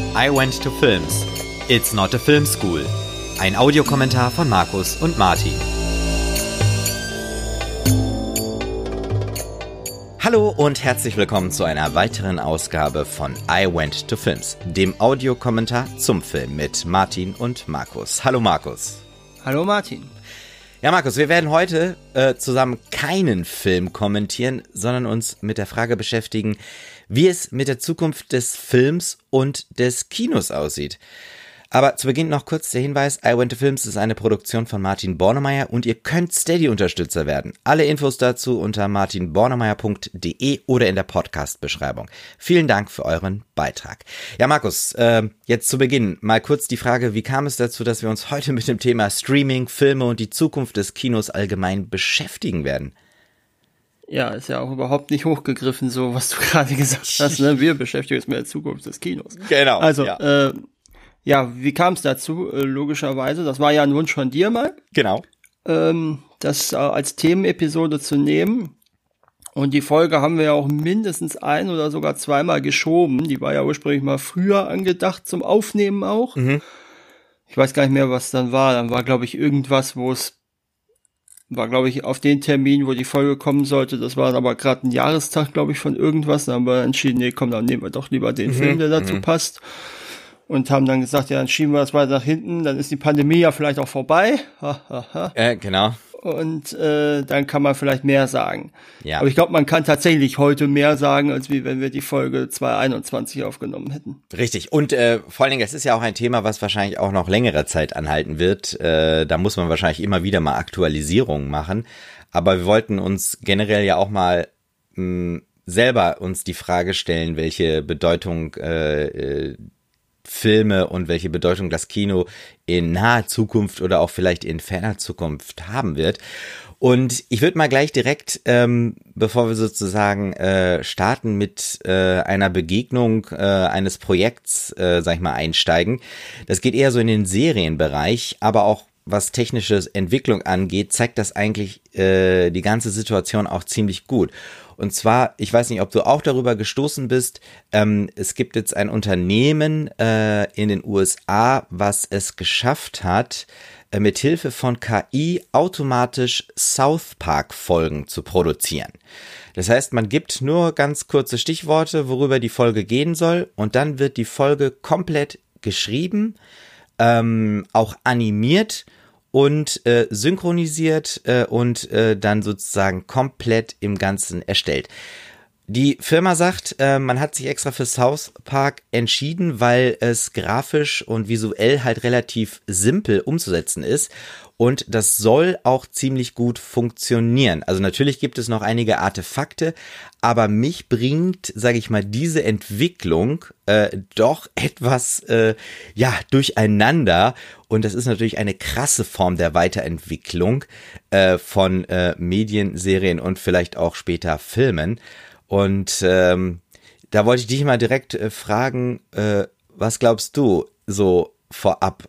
I Went to Films. It's not a film school. Ein Audiokommentar von Markus und Martin. Hallo und herzlich willkommen zu einer weiteren Ausgabe von I Went to Films, dem Audiokommentar zum Film mit Martin und Markus. Hallo Markus. Hallo Martin. Ja Markus, wir werden heute zusammen keinen Film kommentieren, sondern uns mit der Frage beschäftigen, wie es mit der Zukunft des Films und des Kinos aussieht. Aber zu Beginn noch kurz der Hinweis, I Went to Films ist eine Produktion von Martin Bornemeyer und ihr könnt Steady-Unterstützer werden. Alle Infos dazu unter martinbornemeyer.de oder in der Podcast-Beschreibung. Vielen Dank für euren Beitrag. Ja Markus, jetzt zu Beginn mal kurz die Frage, wie kam es dazu, dass wir uns heute mit dem Thema Streaming, Filme und die Zukunft des Kinos allgemein beschäftigen werden? Ja, ist ja auch überhaupt nicht hochgegriffen, so was du gerade gesagt hast. Ne? Wir beschäftigen uns mit der Zukunft des Kinos. Genau. Also, ja, wie kam es dazu? Logischerweise, das war ja ein Wunsch von dir mal. Genau. Das als Themenepisode zu nehmen. Und die Folge haben wir ja auch mindestens ein oder sogar zweimal geschoben. Die war ja ursprünglich mal früher angedacht zum Aufnehmen auch. Mhm. Ich weiß gar nicht mehr, was dann war. Dann war, glaube ich, irgendwas, war, glaube ich, auf den Termin, wo die Folge kommen sollte. Das war aber gerade ein Jahrestag, glaube ich, von irgendwas. Dann haben wir entschieden, nee, komm, dann nehmen wir doch lieber den Film, der dazu passt. Und haben dann gesagt, ja, dann schieben wir das weiter nach hinten, dann ist die Pandemie ja vielleicht auch vorbei. Genau. Und dann kann man vielleicht mehr sagen. Ja. Aber ich glaube, man kann tatsächlich heute mehr sagen, als wie wenn wir die Folge 2021 aufgenommen hätten. Richtig. Und vor allen Dingen, es ist ja auch ein Thema, was wahrscheinlich auch noch längere Zeit anhalten wird. Da muss man wahrscheinlich immer wieder mal Aktualisierungen machen. Aber wir wollten uns generell ja auch mal selber uns die Frage stellen, welche Bedeutung Filme und welche Bedeutung das Kino in naher Zukunft oder auch vielleicht in ferner Zukunft haben wird. Und ich würde mal gleich direkt, bevor wir sozusagen starten, mit einer Begegnung eines Projekts, sag ich mal, einsteigen. Das geht eher so in den Serienbereich, aber auch was technische Entwicklung angeht, zeigt das eigentlich die ganze Situation auch ziemlich gut. Und zwar, ich weiß nicht, ob du auch darüber gestoßen bist, es gibt jetzt ein Unternehmen in den USA, was es geschafft hat, mit Hilfe von KI automatisch South Park-Folgen zu produzieren. Das heißt, man gibt nur ganz kurze Stichworte, worüber die Folge gehen soll, und dann wird die Folge komplett geschrieben, auch animiert und synchronisiert und dann sozusagen komplett im Ganzen erstellt. Die Firma sagt, man hat sich extra für South Park entschieden, weil es grafisch und visuell halt relativ simpel umzusetzen ist. Und das soll auch ziemlich gut funktionieren. Also natürlich gibt es noch einige Artefakte, aber mich bringt, sage ich mal, diese Entwicklung doch etwas durcheinander. Und das ist natürlich eine krasse Form der Weiterentwicklung von Medien, Serien und vielleicht auch später Filmen. Und da wollte ich dich mal direkt fragen, was glaubst du so vorab,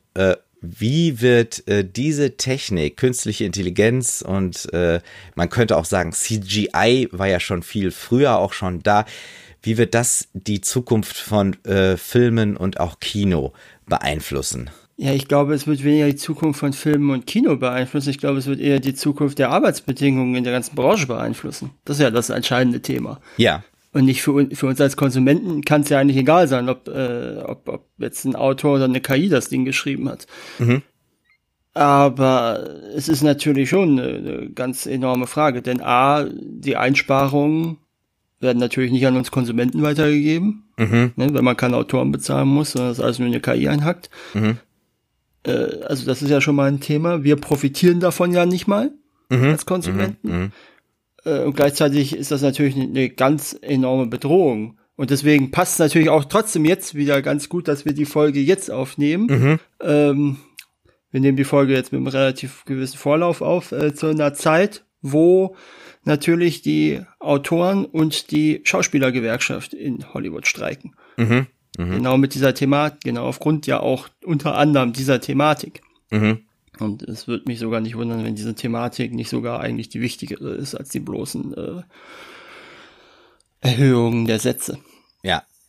wie wird diese Technik, künstliche Intelligenz und man könnte auch sagen CGI war ja schon viel früher auch schon da, wie wird das die Zukunft von Filmen und auch Kino beeinflussen? Ja, ich glaube, es wird weniger die Zukunft von Filmen und Kino beeinflussen. Ich glaube, es wird eher die Zukunft der Arbeitsbedingungen in der ganzen Branche beeinflussen. Das ist ja das entscheidende Thema. Ja. Und nicht für uns als Konsumenten kann es ja eigentlich egal sein, ob jetzt ein Autor oder eine KI das Ding geschrieben hat. Mhm. Aber es ist natürlich schon eine ganz enorme Frage. Denn die Einsparungen werden natürlich nicht an uns Konsumenten weitergegeben, ne, wenn man keine Autoren bezahlen muss, sondern das alles nur in eine KI einhackt. Mhm. Also das ist ja schon mal ein Thema. Wir profitieren davon ja nicht mal als Konsumenten. Und gleichzeitig ist das natürlich eine ganz enorme Bedrohung. Und deswegen passt es natürlich auch trotzdem jetzt wieder ganz gut, dass wir die Folge jetzt aufnehmen. Wir nehmen die Folge jetzt mit einem relativ gewissen Vorlauf auf, zu einer Zeit, wo natürlich die Autoren und die Schauspielergewerkschaft in Hollywood streiken. Genau mit dieser Thematik, genau aufgrund ja auch unter anderem dieser Thematik. Und es würde mich sogar nicht wundern, wenn diese Thematik nicht sogar eigentlich die wichtigere ist als die bloßen Erhöhungen der Sätze. Ja,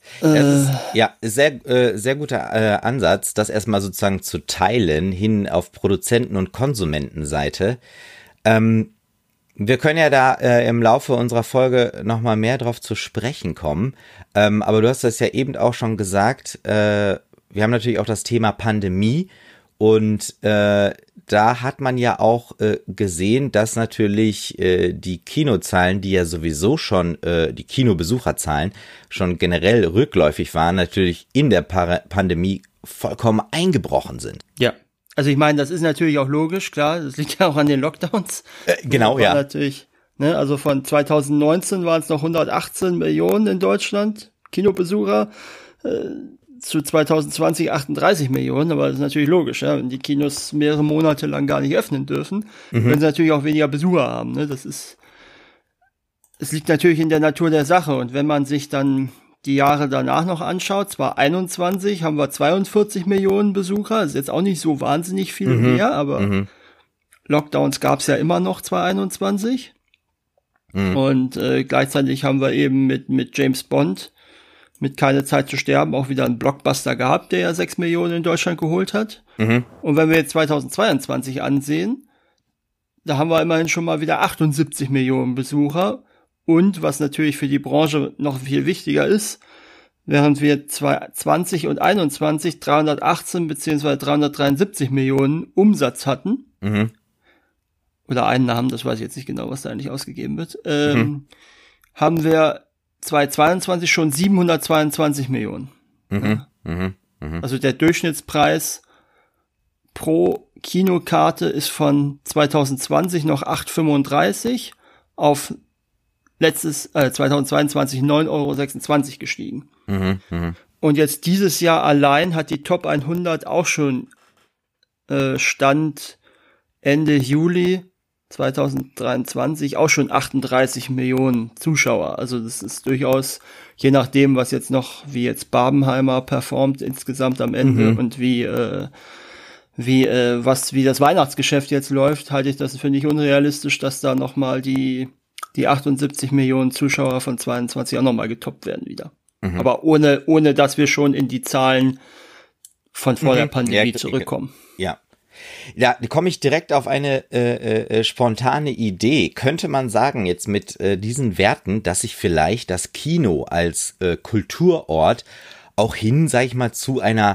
Das ist, ja, sehr guter Ansatz, das erstmal sozusagen zu teilen, hin auf Produzenten- und Konsumentenseite. Wir können ja da im Laufe unserer Folge nochmal mehr drauf zu sprechen kommen. Aber du hast das ja eben auch schon gesagt, wir haben natürlich auch das Thema Pandemie und da hat man ja auch gesehen, dass natürlich die Kinozahlen, die ja sowieso schon, die Kinobesucherzahlen schon generell rückläufig waren, natürlich in der Pandemie vollkommen eingebrochen sind. Ja, also ich meine, das ist natürlich auch logisch, klar, das liegt ja auch an den Lockdowns. Genau, ja. Natürlich, ne, also von 2019 waren es noch 118 Millionen in Deutschland Kinobesucher, zu 2020 38 Millionen, aber das ist natürlich logisch, ja, wenn die Kinos mehrere Monate lang gar nicht öffnen dürfen, können sie natürlich auch weniger Besucher haben, ne, es liegt natürlich in der Natur der Sache und wenn man sich dann die Jahre danach noch anschaut, zwar 21 haben wir 42 Millionen Besucher, ist jetzt auch nicht so wahnsinnig viel mehr, aber Lockdowns gab's ja immer noch 2021 und gleichzeitig haben wir eben mit James Bond mit Keine Zeit zu sterben auch wieder einen Blockbuster gehabt, der ja 6 Millionen in Deutschland geholt hat. Und wenn wir jetzt 2022 ansehen, da haben wir immerhin schon mal wieder 78 Millionen Besucher. Und was natürlich für die Branche noch viel wichtiger ist, während wir 2020 und 21 318 bzw. 373 Millionen Umsatz hatten, oder Einnahmen, das weiß ich jetzt nicht genau, was da eigentlich ausgegeben wird, haben wir 2022 schon 722 Millionen. Also der Durchschnittspreis pro Kinokarte ist von 2020 noch 8,35 auf 2022 9,26 € gestiegen. Und jetzt dieses Jahr allein hat die Top 100 auch schon Stand Ende Juli 2023 auch schon 38 Millionen Zuschauer. Also das ist durchaus, je nachdem, was jetzt noch, wie jetzt Barbenheimer performt insgesamt am Ende und wie das Weihnachtsgeschäft jetzt läuft, halte ich das für nicht unrealistisch, dass da nochmal die 78 Millionen Zuschauer von 22 auch nochmal getoppt werden wieder. Aber ohne, dass wir schon in die Zahlen von vor der Pandemie zurückkommen. Ja. Ja, da komme ich direkt auf eine spontane Idee. Könnte man sagen, jetzt mit diesen Werten, dass sich vielleicht das Kino als Kulturort auch hin, sag ich mal, zu einem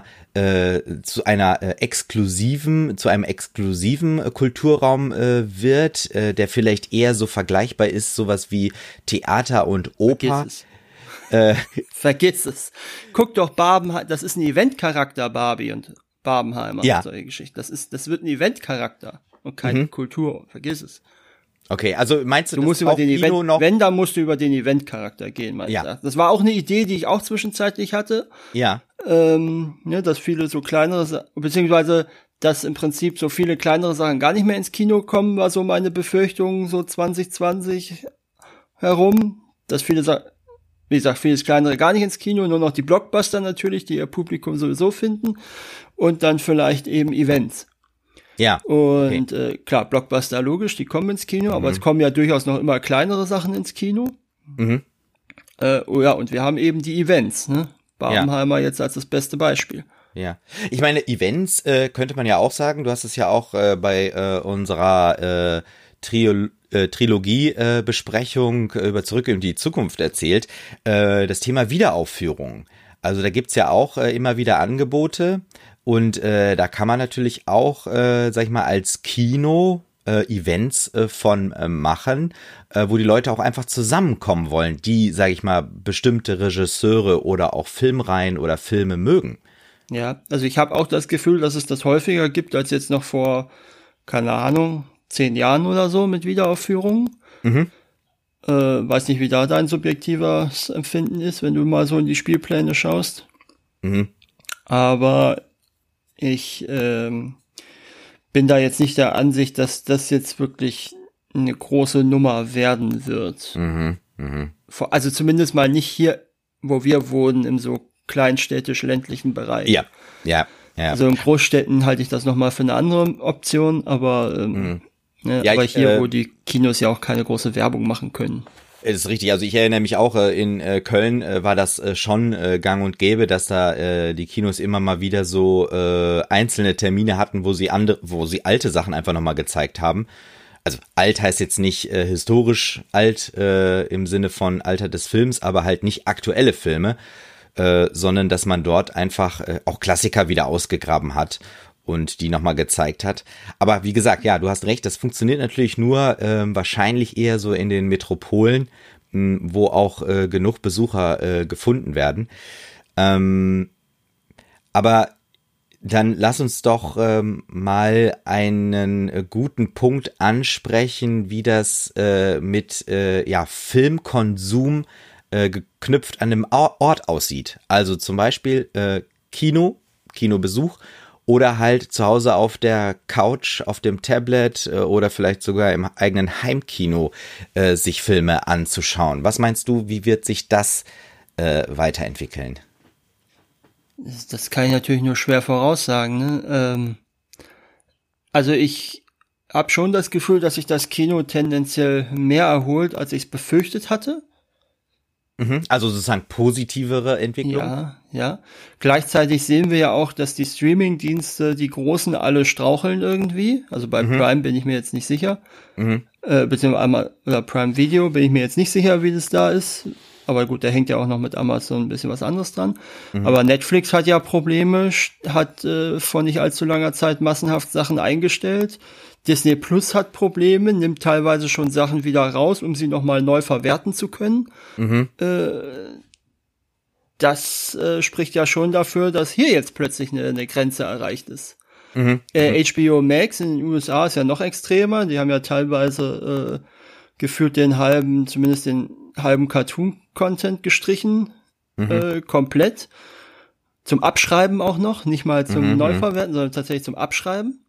exklusiven Kulturraum wird, der vielleicht eher so vergleichbar ist, sowas wie Theater und Oper. Vergiss es. Guck doch Barbenheimer, das ist ein Eventcharakter, Barbie und Barbenheimer und solche Geschichten. Das wird ein Eventcharakter und keine Kultur. Vergiss es. Okay, also meinst du musst über den Event, noch? Wenn, dann musst du über den Eventcharakter gehen, meinst du? Das war auch eine Idee, die ich auch zwischenzeitlich hatte. Ja. Dass viele so kleinere, beziehungsweise, dass im Prinzip so viele kleinere Sachen gar nicht mehr ins Kino kommen, war so meine Befürchtung, so 2020 herum, dass viele wie gesagt, vieles kleinere gar nicht ins Kino, nur noch die Blockbuster natürlich, die ihr Publikum sowieso finden und dann vielleicht eben Events. Ja. Und klar, Blockbuster logisch, die kommen ins Kino, aber es kommen ja durchaus noch immer kleinere Sachen ins Kino. Und wir haben eben die Events, ne? Barbenheimer jetzt als das beste Beispiel. Ja, ich meine, Events könnte man ja auch sagen, du hast es ja auch bei unserer Trilogie-Besprechung über Zurück in die Zukunft erzählt, das Thema Wiederaufführung. Also da gibt's ja auch immer wieder Angebote und da kann man natürlich auch, sag ich mal, als Kino Events von machen, wo die Leute auch einfach zusammenkommen wollen, die, sag ich mal, bestimmte Regisseure oder auch Filmreihen oder Filme mögen. Ja, also ich habe auch das Gefühl, dass es das häufiger gibt als jetzt noch vor, keine Ahnung, 10 Jahren oder so mit Wiederaufführungen. Weiß nicht, wie da dein subjektives Empfinden ist, wenn du mal so in die Spielpläne schaust. Aber ich bin da jetzt nicht der Ansicht, dass das jetzt wirklich eine große Nummer werden wird. Also zumindest mal nicht hier, wo wir wohnen, im so kleinstädtisch-ländlichen Bereich. Ja. Also in Großstädten halte ich das nochmal für eine andere Option, aber aber hier, wo die Kinos ja auch keine große Werbung machen können. Das ist richtig. Also ich erinnere mich auch, in Köln war das schon gang und gäbe, dass da die Kinos immer mal wieder so einzelne Termine hatten, wo sie alte Sachen einfach nochmal gezeigt haben. Also alt heißt jetzt nicht historisch alt im Sinne von Alter des Films, aber halt nicht aktuelle Filme, sondern dass man dort einfach auch Klassiker wieder ausgegraben hat und die nochmal gezeigt hat. Aber wie gesagt, ja, du hast recht, das funktioniert natürlich nur wahrscheinlich eher so in den Metropolen, wo auch genug Besucher gefunden werden. Aber dann lass uns doch mal einen guten Punkt ansprechen, wie das mit Filmkonsum geknüpft an einem Ort aussieht. Also zum Beispiel Kinobesuch oder halt zu Hause auf der Couch, auf dem Tablet oder vielleicht sogar im eigenen Heimkino sich Filme anzuschauen. Was meinst du, wie wird sich das weiterentwickeln? Das kann ich natürlich nur schwer voraussagen, ne? Also ich habe schon das Gefühl, dass sich das Kino tendenziell mehr erholt, als ich es befürchtet hatte. Also sozusagen positivere Entwicklung? Ja. Gleichzeitig sehen wir ja auch, dass die Streaming-Dienste, die großen, alle straucheln irgendwie. Also bei Prime bin ich mir jetzt nicht sicher. Beziehungsweise einmal, oder Prime Video bin ich mir jetzt nicht sicher, wie das da ist. Aber gut, da hängt ja auch noch mit Amazon ein bisschen was anderes dran. Aber Netflix hat ja Probleme, hat vor nicht allzu langer Zeit massenhaft Sachen eingestellt. Disney Plus hat Probleme, nimmt teilweise schon Sachen wieder raus, um sie nochmal neu verwerten zu können. Das spricht ja schon dafür, dass hier jetzt plötzlich eine Grenze erreicht ist. HBO Max in den USA ist ja noch extremer. Die haben ja teilweise gefühlt zumindest den halben Cartoon-Content gestrichen, komplett. Zum Abschreiben auch noch, nicht mal zum Neuverwerten, sondern tatsächlich zum Abschreiben.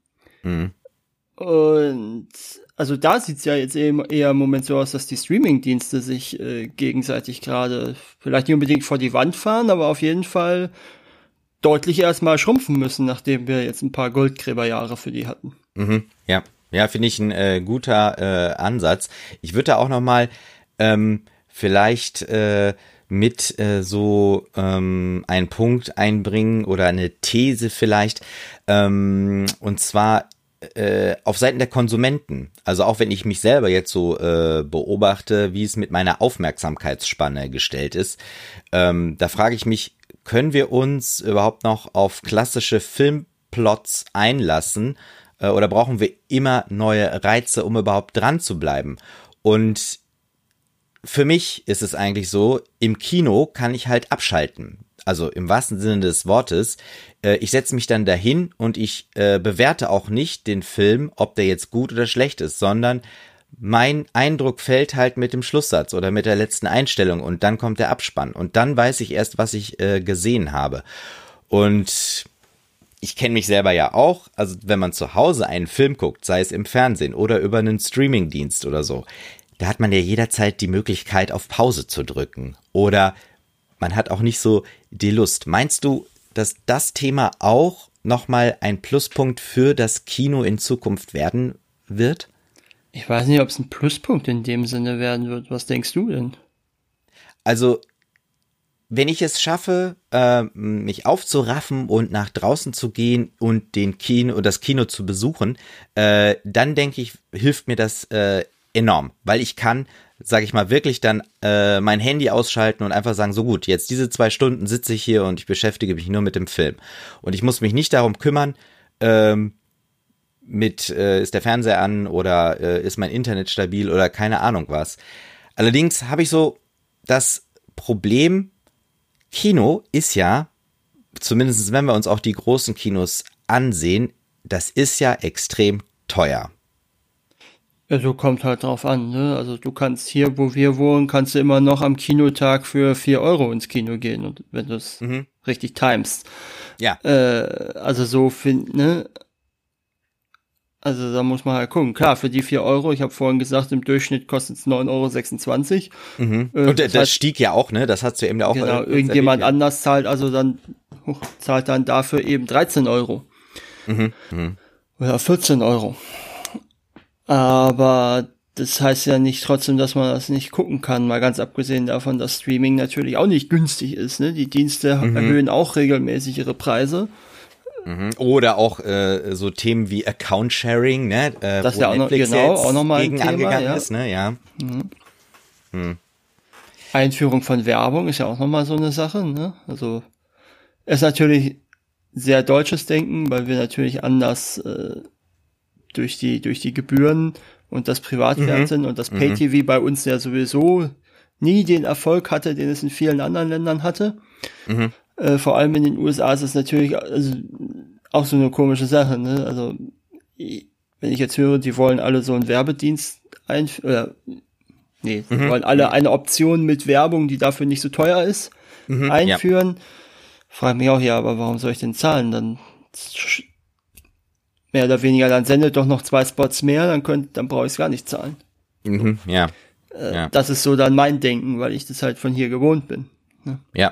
Und also da sieht's ja jetzt eher im Moment so aus, dass die Streaming-Dienste sich gegenseitig gerade vielleicht nicht unbedingt vor die Wand fahren, aber auf jeden Fall deutlich erstmal schrumpfen müssen, nachdem wir jetzt ein paar Goldgräberjahre für die hatten. Ja, finde ich ein guter Ansatz. Ich würde da auch noch mal vielleicht mit einen Punkt einbringen oder eine These vielleicht, und zwar auf Seiten der Konsumenten. Also auch wenn ich mich selber jetzt so beobachte, wie es mit meiner Aufmerksamkeitsspanne gestellt ist, da frage ich mich, können wir uns überhaupt noch auf klassische Filmplots einlassen oder brauchen wir immer neue Reize, um überhaupt dran zu bleiben? Und für mich ist es eigentlich so, im Kino kann ich halt abschalten. Also im wahrsten Sinne des Wortes. Ich setze mich dann dahin und ich bewerte auch nicht den Film, ob der jetzt gut oder schlecht ist, sondern mein Eindruck fällt halt mit dem Schlusssatz oder mit der letzten Einstellung und dann kommt der Abspann und dann weiß ich erst, was ich gesehen habe. Und ich kenne mich selber ja auch, also wenn man zu Hause einen Film guckt, sei es im Fernsehen oder über einen Streamingdienst oder so, da hat man ja jederzeit die Möglichkeit, auf Pause zu drücken. Oder man hat auch nicht so die Lust. Meinst du, dass das Thema auch nochmal ein Pluspunkt für das Kino in Zukunft werden wird? Ich weiß nicht, ob es ein Pluspunkt in dem Sinne werden wird. Was denkst du denn? Also, wenn ich es schaffe, mich aufzuraffen und nach draußen zu gehen und das Kino zu besuchen, dann denke ich, hilft mir das enorm, weil ich kann, sage ich mal, wirklich dann mein Handy ausschalten und einfach sagen, so gut, jetzt diese 2 Stunden sitze ich hier und ich beschäftige mich nur mit dem Film. Und ich muss mich nicht darum kümmern, ist der Fernseher an oder ist mein Internet stabil oder keine Ahnung was. Allerdings habe ich so das Problem, Kino ist ja, zumindest wenn wir uns auch die großen Kinos ansehen, das ist ja extrem teuer. Also kommt halt drauf an, ne? Also du kannst hier, wo wir wohnen, kannst du immer noch am Kinotag für 4 Euro ins Kino gehen, und wenn du es richtig timest. Ja. Also so ne? Also da muss man halt gucken. Klar, für die 4 Euro, ich habe vorhin gesagt, im Durchschnitt kostet es 9,26 Euro. Und das stieg ja auch, ne? Das hast du eben auch. Genau, irgendjemand anders zahlt zahlt dann dafür eben 13 Euro. Oder 14 Euro. Aber das heißt ja nicht trotzdem, dass man das nicht gucken kann, mal ganz abgesehen davon, dass Streaming natürlich auch nicht günstig ist, ne? Die Dienste erhöhen auch regelmäßig ihre Preise. Oder auch so Themen wie Account Sharing, ne? Das wo ja auch noch, Netflix genau, jetzt auch noch mal ein gegen Thema, angegangen ja. ist, ne? Ja. Einführung von Werbung ist ja auch nochmal so eine Sache, ne? Also ist natürlich sehr deutsches Denken, weil wir natürlich anders durch die Gebühren und das Privatfernsehen und das Pay-TV bei uns ja sowieso nie den Erfolg hatte, den es in vielen anderen Ländern hatte. Vor allem in den USA ist es natürlich auch so eine komische Sache, ne? Also wenn ich jetzt höre, die wollen alle so einen Werbedienst einführen, sie wollen alle eine Option mit Werbung, die dafür nicht so teuer ist, einführen. Ja. Frag mich auch, ja, aber warum soll ich denn zahlen? Dann mehr oder weniger, dann sendet doch noch 2 Spots mehr, dann brauche ich es gar nicht zahlen. Ja. Das ist so dann mein Denken, weil ich das halt von hier gewohnt bin. Ne? Ja.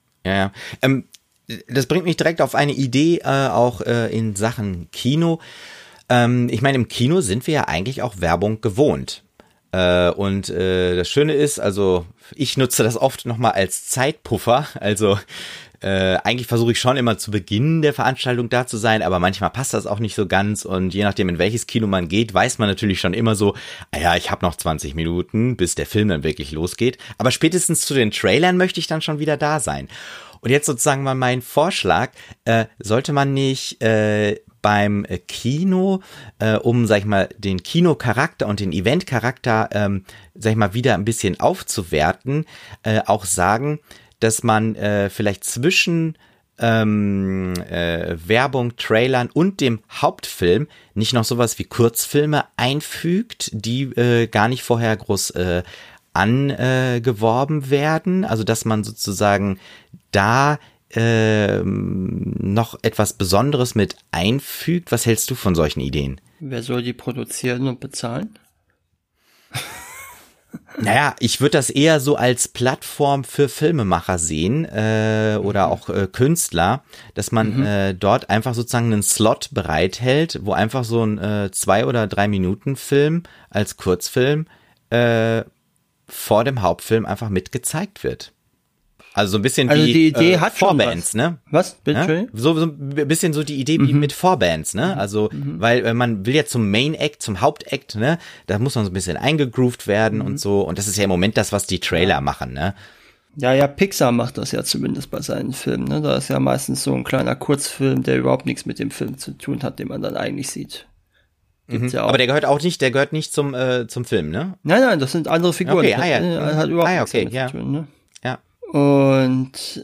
Das bringt mich direkt auf eine Idee, auch in Sachen Kino. Ich meine, im Kino sind wir ja eigentlich auch Werbung gewohnt. Und das Schöne ist, also ich nutze das oft nochmal als Zeitpuffer, also eigentlich versuche ich schon immer zu Beginn der Veranstaltung da zu sein, aber manchmal passt das auch nicht so ganz und je nachdem, in welches Kino man geht, weiß man natürlich schon immer so, ich habe noch 20 Minuten, bis der Film dann wirklich losgeht, aber spätestens zu den Trailern möchte ich dann schon wieder da sein. Und jetzt sozusagen mal mein Vorschlag, sollte man nicht beim Kino, um, sag ich mal, den Kinocharakter und den Eventcharakter, sag ich mal, wieder ein bisschen aufzuwerten, auch sagen, dass man vielleicht zwischen Werbung, Trailern und dem Hauptfilm nicht noch sowas wie Kurzfilme einfügt, die gar nicht vorher groß angeworben werden. Also dass man sozusagen da noch etwas Besonderes mit einfügt. Was hältst du von solchen Ideen? Wer soll die produzieren und bezahlen? Naja, ich würde das eher so als Plattform für Filmemacher sehen oder auch Künstler, dass man dort einfach sozusagen einen Slot bereithält, wo einfach so ein 2 oder 3 Minuten Film als Kurzfilm vor dem Hauptfilm einfach mit gezeigt wird. Also so ein bisschen also wie die Idee hat Vorbands, ne? Was? Bitte? Ja? So ein bisschen so die Idee wie mit Vorbands, ne? Also, weil man will ja zum Main Act, zum Hauptakt, ne? Da muss man so ein bisschen eingegroovt werden und so. Und das ist ja im Moment das, was die Trailer machen, ne? Ja, Pixar macht das ja zumindest bei seinen Filmen, ne? Da ist ja meistens so ein kleiner Kurzfilm, der überhaupt nichts mit dem Film zu tun hat, den man dann eigentlich sieht. Gibt's ja auch. Aber der gehört nicht zum Film, ne? Nein, das sind andere Figuren. Okay, Das hat überhaupt nichts damit zu tun, ne? Ja. Und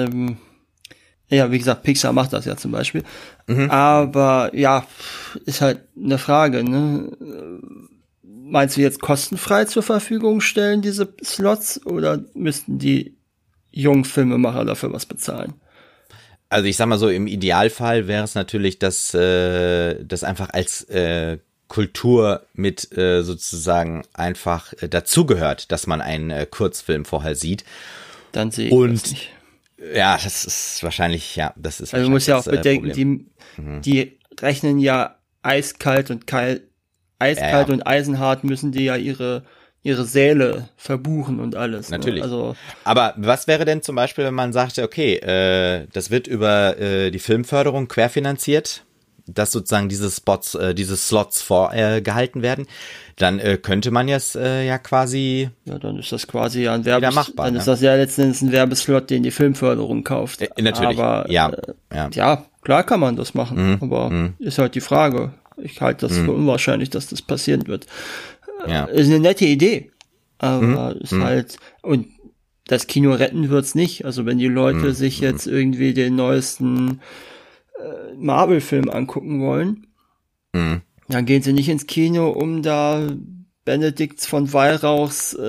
wie gesagt, Pixar macht das ja zum Beispiel. Aber ja, ist halt eine Frage, ne? Meinst du jetzt kostenfrei zur Verfügung stellen, diese Slots, oder müssten die jungen Filmemacher dafür was bezahlen? Also ich sag mal so, im Idealfall wäre es natürlich, dass das einfach als Kultur mit sozusagen einfach dazugehört, dass man einen Kurzfilm vorher sieht. Dann sehe ich das nicht. Ja, das ist wahrscheinlich, das ist also wahrscheinlich man muss ja auch bedenken, Problem. die rechnen ja eiskalt und und eisenhart müssen die ja ihre Säle verbuchen und alles. Natürlich. Ne? Also, aber was wäre denn zum Beispiel, wenn man sagte, okay, das wird über die Filmförderung querfinanziert, dass sozusagen diese Slots vorgehalten werden, dann könnte man jetzt quasi. Ja, dann ist das quasi ja ein machbar, dann ist das ja letzten Endes ein Werbeslot, den die Filmförderung kauft. Natürlich. Aber ja, klar kann man das machen, aber ist halt die Frage. Ich halte das für unwahrscheinlich, dass das passieren wird. Ja. Ist eine nette Idee, aber ist halt, und das Kino retten wird's nicht. Also wenn die Leute sich jetzt irgendwie den neuesten Marvel-Film angucken wollen, dann gehen sie nicht ins Kino, um da Benedikts von Weihrauchs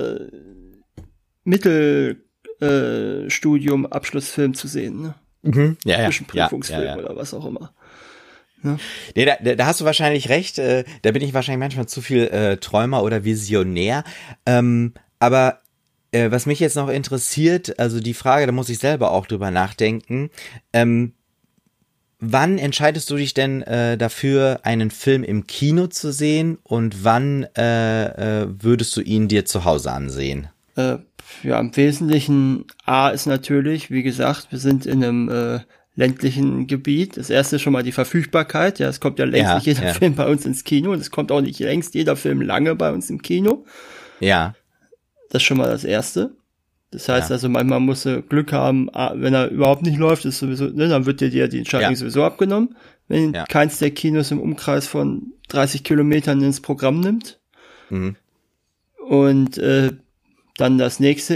Mittelstudium Abschlussfilm zu sehen, ne? Zwischenprüfungsfilm oder was auch immer. Ja. Nee, da hast du wahrscheinlich recht, da bin ich wahrscheinlich manchmal zu viel Träumer oder Visionär, aber was mich jetzt noch interessiert, also die Frage, da muss ich selber auch drüber nachdenken, wann entscheidest du dich denn dafür, einen Film im Kino zu sehen und wann würdest du ihn dir zu Hause ansehen? Ja, im Wesentlichen A ist natürlich, wie gesagt, wir sind in einem ländlichen Gebiet. Das erste ist schon mal die Verfügbarkeit. Ja, es kommt ja längst nicht jeder Film bei uns ins Kino und es kommt auch nicht längst jeder Film lange bei uns im Kino. Ja. Das ist schon mal das Erste. Das heißt also, manchmal musst du Glück haben, wenn er überhaupt nicht läuft, ist sowieso, ne, dann wird dir die Entscheidung sowieso abgenommen, wenn keins der Kinos im Umkreis von 30 Kilometern ins Programm nimmt. Mhm. Und dann das nächste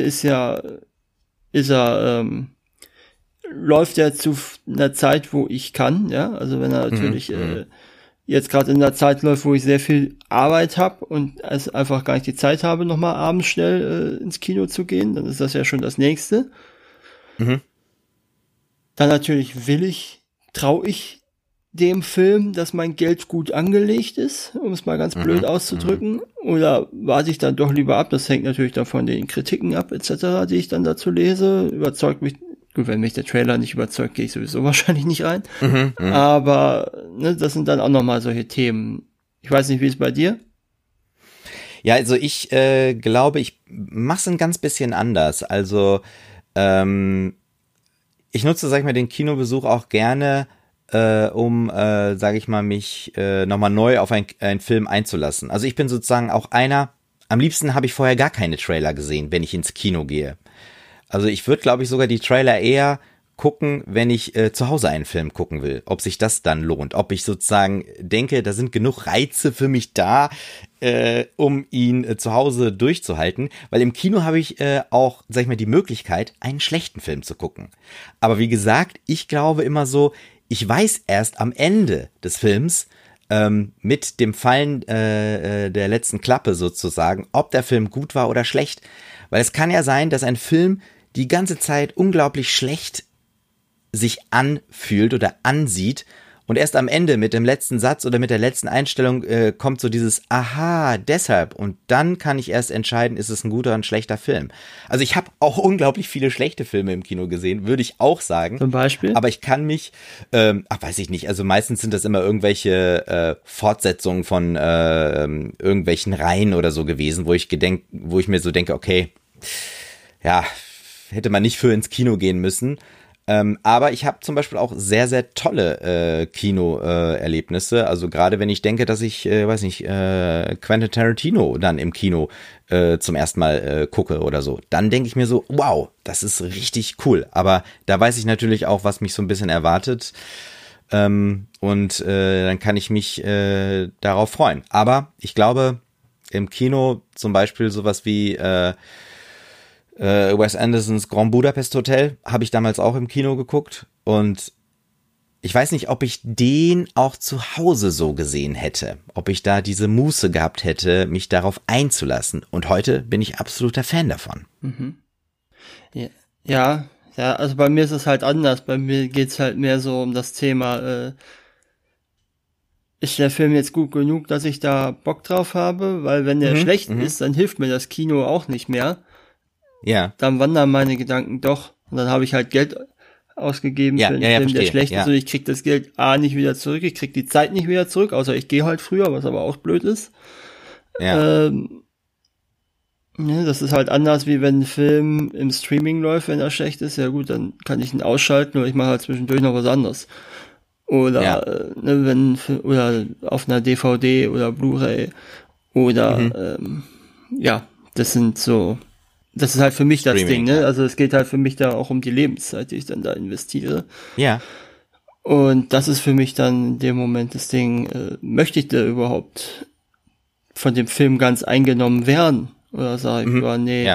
läuft er zu einer Zeit, wo ich kann, ja, also wenn er natürlich jetzt gerade in der Zeit läuft, wo ich sehr viel Arbeit habe und es einfach gar nicht die Zeit habe, nochmal abends schnell ins Kino zu gehen, dann ist das ja schon das Nächste. Mhm. Dann natürlich traue ich dem Film, dass mein Geld gut angelegt ist, um es mal ganz blöd auszudrücken, oder warte ich dann doch lieber ab, das hängt natürlich dann von den Kritiken ab, etc., die ich dann dazu lese, überzeugt mich. Gut, wenn mich der Trailer nicht überzeugt, gehe ich sowieso wahrscheinlich nicht rein. Aber ne, das sind dann auch nochmal solche Themen. Ich weiß nicht, wie es bei dir? Ja, also ich glaube, ich mache es ein ganz bisschen anders. Also ich nutze, sag ich mal, den Kinobesuch auch gerne, um, sage ich mal, mich nochmal neu auf einen Film einzulassen. Also ich bin sozusagen auch am liebsten habe ich vorher gar keine Trailer gesehen, wenn ich ins Kino gehe. Also ich würde, glaube ich, sogar die Trailer eher gucken, wenn ich zu Hause einen Film gucken will, ob sich das dann lohnt, ob ich sozusagen denke, da sind genug Reize für mich da, um ihn zu Hause durchzuhalten, weil im Kino habe ich auch, sag ich mal, die Möglichkeit, einen schlechten Film zu gucken. Aber wie gesagt, ich glaube immer so, ich weiß erst am Ende des Films, mit dem Fallen der letzten Klappe sozusagen, ob der Film gut war oder schlecht. Weil es kann ja sein, dass ein Film die ganze Zeit unglaublich schlecht sich anfühlt oder ansieht und erst am Ende mit dem letzten Satz oder mit der letzten Einstellung kommt so dieses Aha, deshalb, und dann kann ich erst entscheiden, ist es ein guter oder ein schlechter Film. Also ich habe auch unglaublich viele schlechte Filme im Kino gesehen, würde ich auch sagen. Zum Beispiel? Aber ich kann mich, weiß ich nicht, also meistens sind das immer irgendwelche Fortsetzungen von irgendwelchen Reihen oder so gewesen, wo ich mir so denke, okay, ja, hätte man nicht für ins Kino gehen müssen. Aber ich habe zum Beispiel auch sehr, sehr tolle Kino-Erlebnisse. Also gerade wenn ich denke, dass ich, Quentin Tarantino dann im Kino zum ersten Mal gucke oder so, dann denke ich mir so, wow, das ist richtig cool. Aber da weiß ich natürlich auch, was mich so ein bisschen erwartet. Und dann kann ich mich darauf freuen. Aber ich glaube, im Kino zum Beispiel sowas wie Wes Andersons Grand Budapest Hotel habe ich damals auch im Kino geguckt und ich weiß nicht, ob ich den auch zu Hause so gesehen hätte, ob ich da diese Muße gehabt hätte, mich darauf einzulassen, und heute bin ich absoluter Fan davon. Mhm. Ja, also bei mir ist es halt anders, bei mir geht's halt mehr so um das Thema, ist der Film jetzt gut genug, dass ich da Bock drauf habe, weil wenn der schlecht ist, dann hilft mir das Kino auch nicht mehr. Ja. Dann wandern meine Gedanken doch. Und dann habe ich halt Geld ausgegeben für einen Film, der schlecht ist. Und ich krieg das Geld nicht wieder zurück. Ich krieg die Zeit nicht wieder zurück, außer ich gehe halt früher, was aber auch blöd ist. Ja. Das ist halt anders, wie wenn ein Film im Streaming läuft, wenn er schlecht ist. Ja gut, dann kann ich ihn ausschalten oder ich mache halt zwischendurch noch was anderes. Oder oder auf einer DVD oder Blu-ray. Oder das ist halt für mich das Streaming, Ding, ne? Also es geht halt für mich da auch um die Lebenszeit, die ich dann da investiere. Ja. Und das ist für mich dann in dem Moment das Ding, möchte ich da überhaupt von dem Film ganz eingenommen werden? Oder sage ich,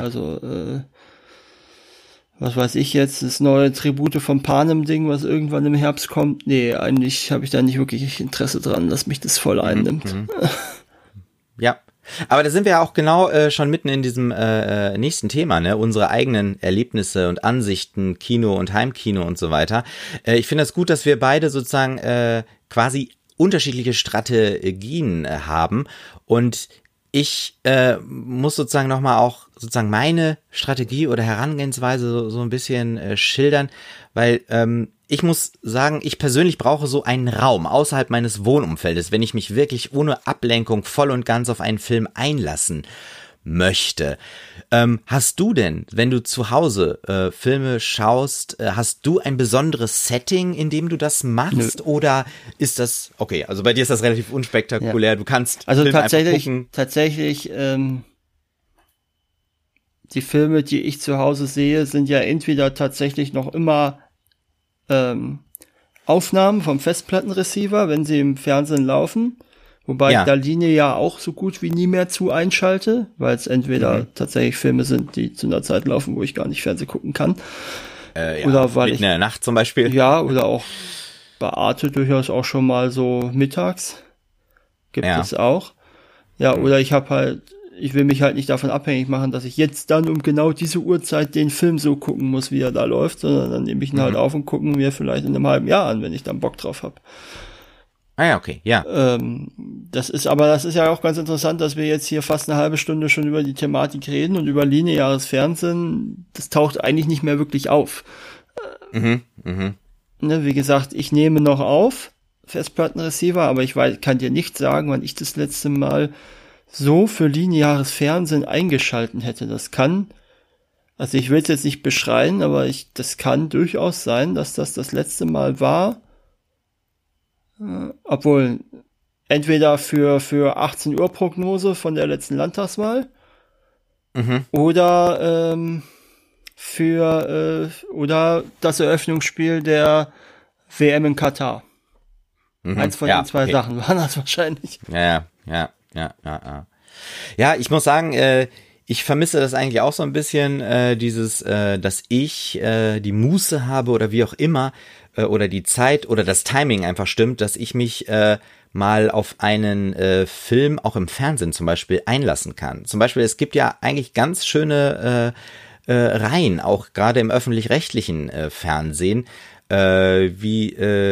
was weiß ich jetzt, das neue Tribute von Panem-Ding, was irgendwann im Herbst kommt? Nee, eigentlich habe ich da nicht wirklich Interesse dran, dass mich das voll einnimmt. Ja. Aber da sind wir ja auch genau schon mitten in diesem nächsten Thema, ne? Unsere eigenen Erlebnisse und Ansichten, Kino und Heimkino und so weiter. Ich finde es gut, dass wir beide sozusagen quasi unterschiedliche Strategien haben, und ich muss sozusagen nochmal auch meine Strategie oder Herangehensweise so ein bisschen schildern, weil ich muss sagen, ich persönlich brauche so einen Raum außerhalb meines Wohnumfeldes, wenn ich mich wirklich ohne Ablenkung voll und ganz auf einen Film einlassen möchte. Hast du denn, wenn du zu Hause Filme schaust, hast du ein besonderes Setting, in dem du das machst? Nö. Oder ist das, okay, also bei dir ist das relativ unspektakulär, du kannst also Film tatsächlich, die Filme, die ich zu Hause sehe, sind ja entweder tatsächlich noch immer Aufnahmen vom Festplattenreceiver, wenn sie im Fernsehen laufen. Wobei ich da Linie ja auch so gut wie nie mehr zu einschalte, weil es entweder tatsächlich Filme sind, die zu einer Zeit laufen, wo ich gar nicht Fernsehen gucken kann. Oder weil mitten in der Nacht zum Beispiel. Ja, oder auch bei Arte durchaus auch schon mal so mittags. Gibt es auch. Ja, oder ich will mich halt nicht davon abhängig machen, dass ich jetzt dann um genau diese Uhrzeit den Film so gucken muss, wie er da läuft, sondern dann nehme ich ihn halt auf und gucken mir vielleicht in einem halben Jahr an, wenn ich dann Bock drauf habe. Ah ja, okay, ja. Das ist ja auch ganz interessant, dass wir jetzt hier fast eine halbe Stunde schon über die Thematik reden und über lineares Fernsehen. Das taucht eigentlich nicht mehr wirklich auf. Ne, wie gesagt, ich nehme noch auf Festplattenreceiver, aber kann dir nicht sagen, wann ich das letzte Mal so für lineares Fernsehen eingeschalten hätte. Also ich will es jetzt nicht beschreien, aber das kann durchaus sein, dass das letzte Mal war. Obwohl, entweder für 18 Uhr Prognose von der letzten Landtagswahl oder oder das Eröffnungsspiel der WM in Katar. Eins von den zwei Sachen waren das wahrscheinlich. Ja. Ja, ich muss sagen, ich vermisse das eigentlich auch so ein bisschen, dass ich die Muße habe oder wie auch immer, oder die Zeit oder das Timing einfach stimmt, dass ich mich mal auf einen Film auch im Fernsehen zum Beispiel einlassen kann. Zum Beispiel, es gibt ja eigentlich ganz schöne Reihen, auch gerade im öffentlich-rechtlichen Fernsehen, wie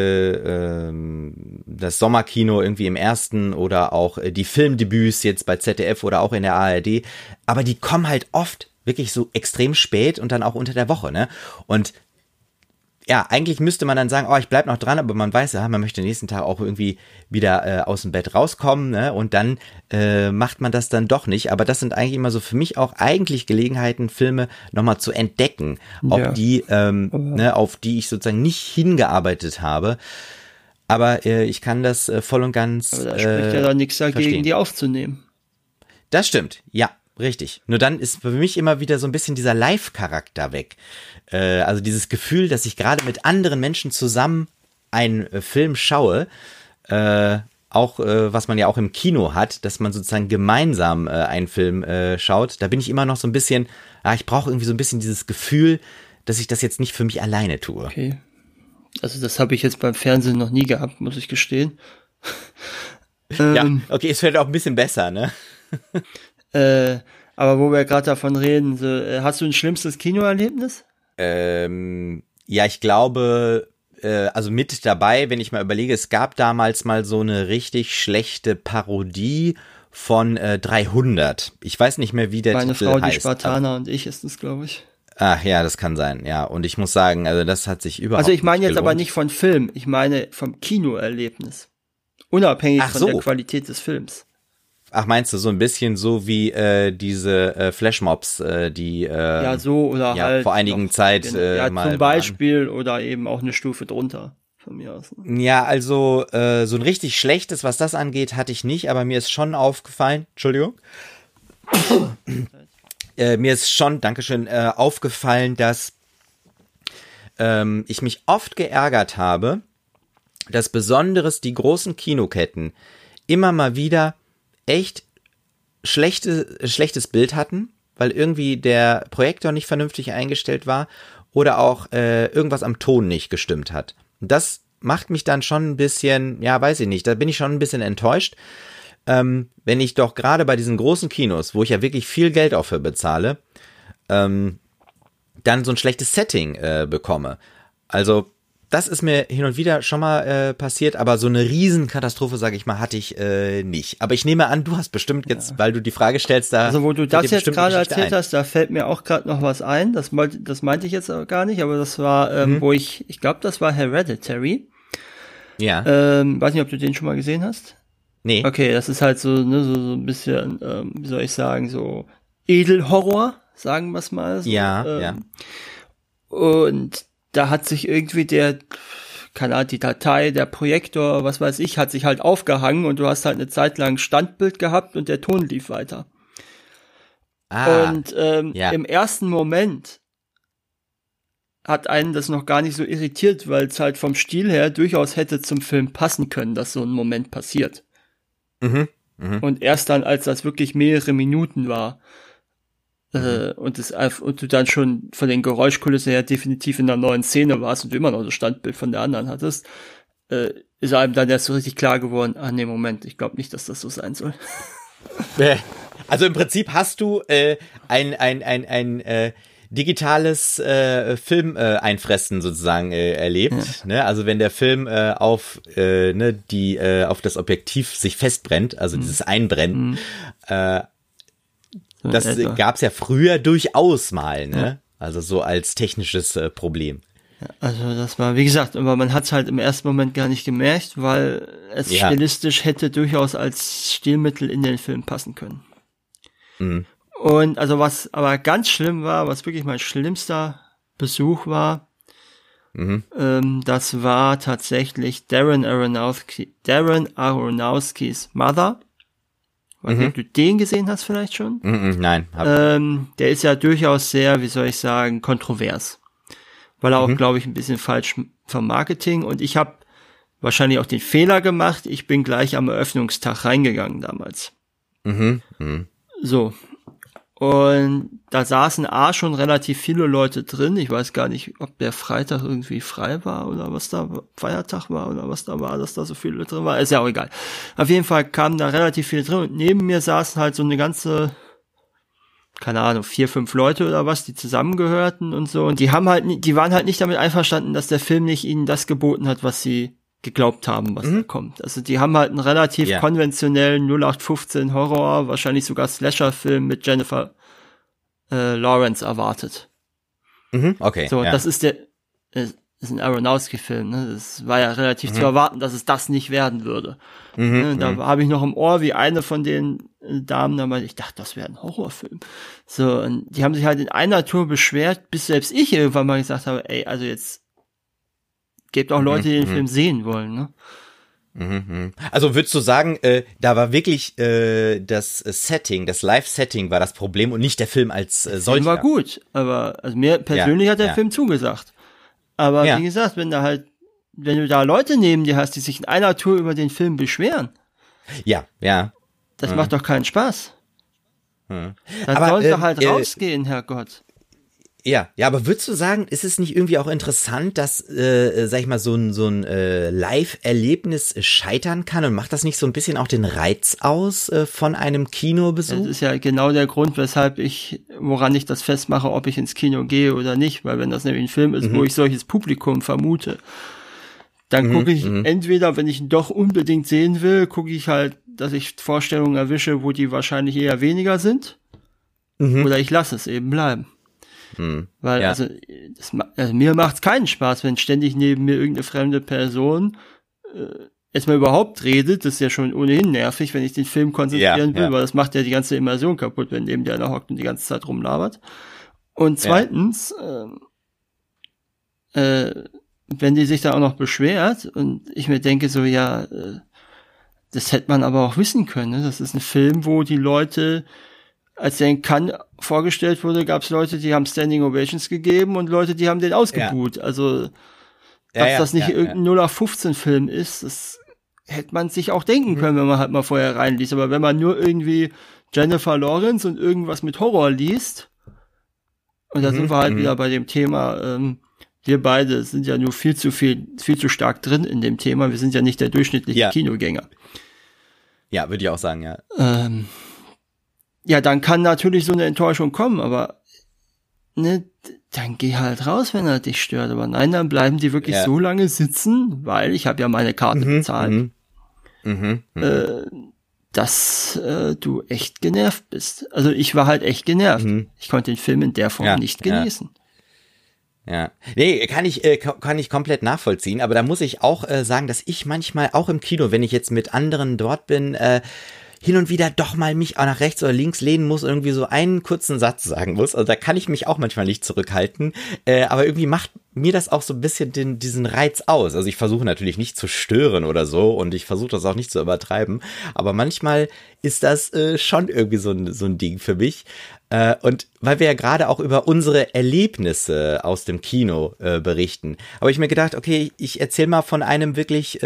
das Sommerkino irgendwie im Ersten oder auch die Filmdebüts jetzt bei ZDF oder auch in der ARD, aber die kommen halt oft wirklich so extrem spät und dann auch unter der Woche, ne? Und ja, eigentlich müsste man dann sagen, ich bleib noch dran, aber man weiß ja, man möchte den nächsten Tag auch irgendwie wieder aus dem Bett rauskommen, ne? Und dann macht man das dann doch nicht. Aber das sind eigentlich immer so für mich auch eigentlich Gelegenheiten, Filme nochmal zu entdecken, auf die ich sozusagen nicht hingearbeitet habe. Aber ich kann das voll und ganz aber da spricht ja dann nichts dagegen, verstehen. Die aufzunehmen. Das stimmt, ja. Richtig. Nur dann ist für mich immer wieder so ein bisschen dieser Live-Charakter weg. Also dieses Gefühl, dass ich gerade mit anderen Menschen zusammen einen Film schaue, was man ja auch im Kino hat, dass man sozusagen gemeinsam einen Film schaut. Da bin ich immer noch so ein bisschen, ich brauche irgendwie so ein bisschen dieses Gefühl, dass ich das jetzt nicht für mich alleine tue. Okay. Also das habe ich jetzt beim Fernsehen noch nie gehabt, muss ich gestehen. Ja, okay, es fällt auch ein bisschen besser, ne? Aber wo wir gerade davon reden, hast du ein schlimmstes Kinoerlebnis? Ja, ich glaube, also mit dabei, wenn ich mal überlege, es gab damals mal so eine richtig schlechte Parodie von 300. Ich weiß nicht mehr, wie der Meine Titel Frau, heißt. die Spartaner und ich ist es, glaube ich. Ach ja, das kann sein, ja. Und ich muss sagen, also das hat sich überhaupt nicht Also ich meine nicht jetzt aber nicht von Film, ich meine vom Kinoerlebnis. Unabhängig von der Qualität des Films. Ach, meinst du, so ein bisschen so wie diese Flashmobs, die ja, so oder halt vor einigen Zeit mal zum Beispiel waren. Oder eben auch eine Stufe drunter von mir aus. Ne? Ja, also so ein richtig schlechtes, was das angeht, hatte ich nicht, aber mir ist schon aufgefallen, Entschuldigung, mir ist schon, Dankeschön, aufgefallen, dass ich mich oft geärgert habe, dass besonders die großen Kinoketten immer mal wieder echt schlechtes Bild hatten, weil irgendwie der Projektor nicht vernünftig eingestellt war oder auch irgendwas am Ton nicht gestimmt hat. Das macht mich dann schon ein bisschen, ja, weiß ich nicht, da bin ich schon ein bisschen enttäuscht, wenn ich doch gerade bei diesen großen Kinos, wo ich ja wirklich viel Geld auch für bezahle, dann so ein schlechtes Setting bekomme. Also Das ist mir hin und wieder schon mal passiert, aber so eine Riesenkatastrophe, sage ich mal, hatte ich nicht. Aber ich nehme an, du hast bestimmt jetzt, weil du die Frage stellst, da. Also wo du das jetzt gerade erzählt hast, da fällt mir auch gerade noch was ein. Das meinte ich jetzt aber gar nicht, aber das war, wo ich glaube, das war Hereditary. Ja. Weiß nicht, ob du den schon mal gesehen hast. Nee. Okay, das ist halt so, ne, so ein bisschen, wie soll ich sagen, so Edelhorror, sagen wir es mal. So. Ja. Und da hat sich irgendwie keine Ahnung, die Datei, der Projektor, was weiß ich, hat sich halt aufgehangen und du hast halt eine Zeit lang Standbild gehabt und der Ton lief weiter. Und im ersten Moment hat einen das noch gar nicht so irritiert, weil es halt vom Stil her durchaus hätte zum Film passen können, dass so ein Moment passiert. Und erst dann, als das wirklich mehrere Minuten war, und du dann schon von den Geräuschkulissen her definitiv in einer neuen Szene warst und du immer noch das Standbild von der anderen hattest, ist einem dann erst so richtig klar geworden, nee, Moment, ich glaube nicht, dass das so sein soll. Also im Prinzip hast du ein digitales Film einfressen sozusagen erlebt, ne? Also wenn der Film auf das Objektiv sich festbrennt, also dieses Einbrennen, das gab's ja früher durchaus mal, ne? Ja. Also so als technisches Problem. Ja, also das war, wie gesagt, aber man hat's halt im ersten Moment gar nicht gemerkt, weil es stilistisch hätte durchaus als Stilmittel in den Film passen können. Und also was aber ganz schlimm war, was wirklich mein schlimmster Besuch war, das war tatsächlich Darren Aronofskys Mother. Weiß nicht, ob du den gesehen hast vielleicht schon? Nein. Der ist ja durchaus sehr, wie soll ich sagen, kontrovers. Weil er auch, glaube ich, ein bisschen falsch vom Marketing. Und ich habe wahrscheinlich auch den Fehler gemacht. Ich bin gleich am Eröffnungstag reingegangen damals. So. Und da saßen schon relativ viele Leute drin. Ich weiß gar nicht, ob der Freitag irgendwie frei war oder was da Feiertag war oder was da war, dass da so viele drin war. Ist ja auch egal. Auf jeden Fall kamen da relativ viele drin und neben mir saßen halt so eine ganze, keine Ahnung, 4, 5 Leute oder was, die zusammengehörten und so. Und die waren halt nicht damit einverstanden, dass der Film nicht ihnen das geboten hat, was sie geglaubt haben, was da kommt. Also die haben halt einen relativ konventionellen 0815 Horror, wahrscheinlich sogar Slasher-Film mit Jennifer Lawrence erwartet. Okay. So, das ist ist ein Aronofsky-Film, ne? Das war ja relativ zu erwarten, dass es das nicht werden würde. Da habe ich noch im Ohr, wie eine von den Damen da meinte, ich dachte, das wäre ein Horrorfilm. So, und die haben sich halt in einer Tour beschwert, bis selbst ich irgendwann mal gesagt habe, ey, also jetzt gibt auch Leute, die den Film sehen wollen, ne? Also würdest du sagen, da war wirklich das Setting, das Live-Setting war das Problem und nicht der Film als solcher? Der Film war gut, aber also mir persönlich hat der Film zugesagt. Aber wie gesagt, wenn du da Leute neben dir hast, die sich in einer Tour über den Film beschweren, das macht doch keinen Spaß. Dann sollen sie halt rausgehen, Herrgott. Ja, aber würdest du sagen, ist es nicht irgendwie auch interessant, dass, sag ich mal, so ein Live-Erlebnis scheitern kann und macht das nicht so ein bisschen auch den Reiz aus von einem Kinobesuch? Das ist ja genau der Grund, woran ich das festmache, ob ich ins Kino gehe oder nicht, weil wenn das nämlich ein Film ist, wo ich solches Publikum vermute, dann gucke ich entweder, wenn ich ihn doch unbedingt sehen will, gucke ich halt, dass ich Vorstellungen erwische, wo die wahrscheinlich eher weniger sind, oder ich lasse es eben bleiben. Weil, also mir macht's keinen Spaß, wenn ständig neben mir irgendeine fremde Person erstmal überhaupt redet. Das ist ja schon ohnehin nervig, wenn ich den Film konzentrieren will, weil das macht ja die ganze Immersion kaputt, wenn neben dir einer hockt und die ganze Zeit rumlabert. Und zweitens, wenn die sich da auch noch beschwert und ich mir denke so, das hätte man aber auch wissen können. Ne? Das ist ein Film, wo die Leute, als der in Cannes vorgestellt wurde, gab es Leute, die haben Standing Ovations gegeben und Leute, die haben den ausgebuht. Also, dass das nicht irgendein 0815-Film ist, das hätte man sich auch denken können, wenn man halt mal vorher reinliest. Aber wenn man nur irgendwie Jennifer Lawrence und irgendwas mit Horror liest, und da sind wir halt wieder bei dem Thema, wir beide sind ja nur viel zu stark drin in dem Thema. Wir sind ja nicht der durchschnittliche Kinogänger. Ja, würde ich auch sagen, ja. Ja, dann kann natürlich so eine Enttäuschung kommen, aber ne, dann geh halt raus, wenn er dich stört. Aber nein, dann bleiben die wirklich so lange sitzen, weil ich habe ja meine Karte bezahlt, dass du echt genervt bist. Also ich war halt echt genervt. Ich konnte den Film in der Form nicht genießen. Ja, nee, kann ich komplett nachvollziehen, aber da muss ich auch sagen, dass ich manchmal auch im Kino, wenn ich jetzt mit anderen dort bin, hin und wieder doch mal mich auch nach rechts oder links lehnen muss, irgendwie so einen kurzen Satz sagen muss. Also da kann ich mich auch manchmal nicht zurückhalten, aber irgendwie macht mir das auch so ein bisschen diesen Reiz aus. Also ich versuche natürlich nicht zu stören oder so und ich versuche das auch nicht zu übertreiben, aber manchmal ist das schon irgendwie so ein Ding für mich. Und weil wir ja gerade auch über unsere Erlebnisse aus dem Kino berichten, habe ich mir gedacht, okay, ich erzähle mal von einem wirklich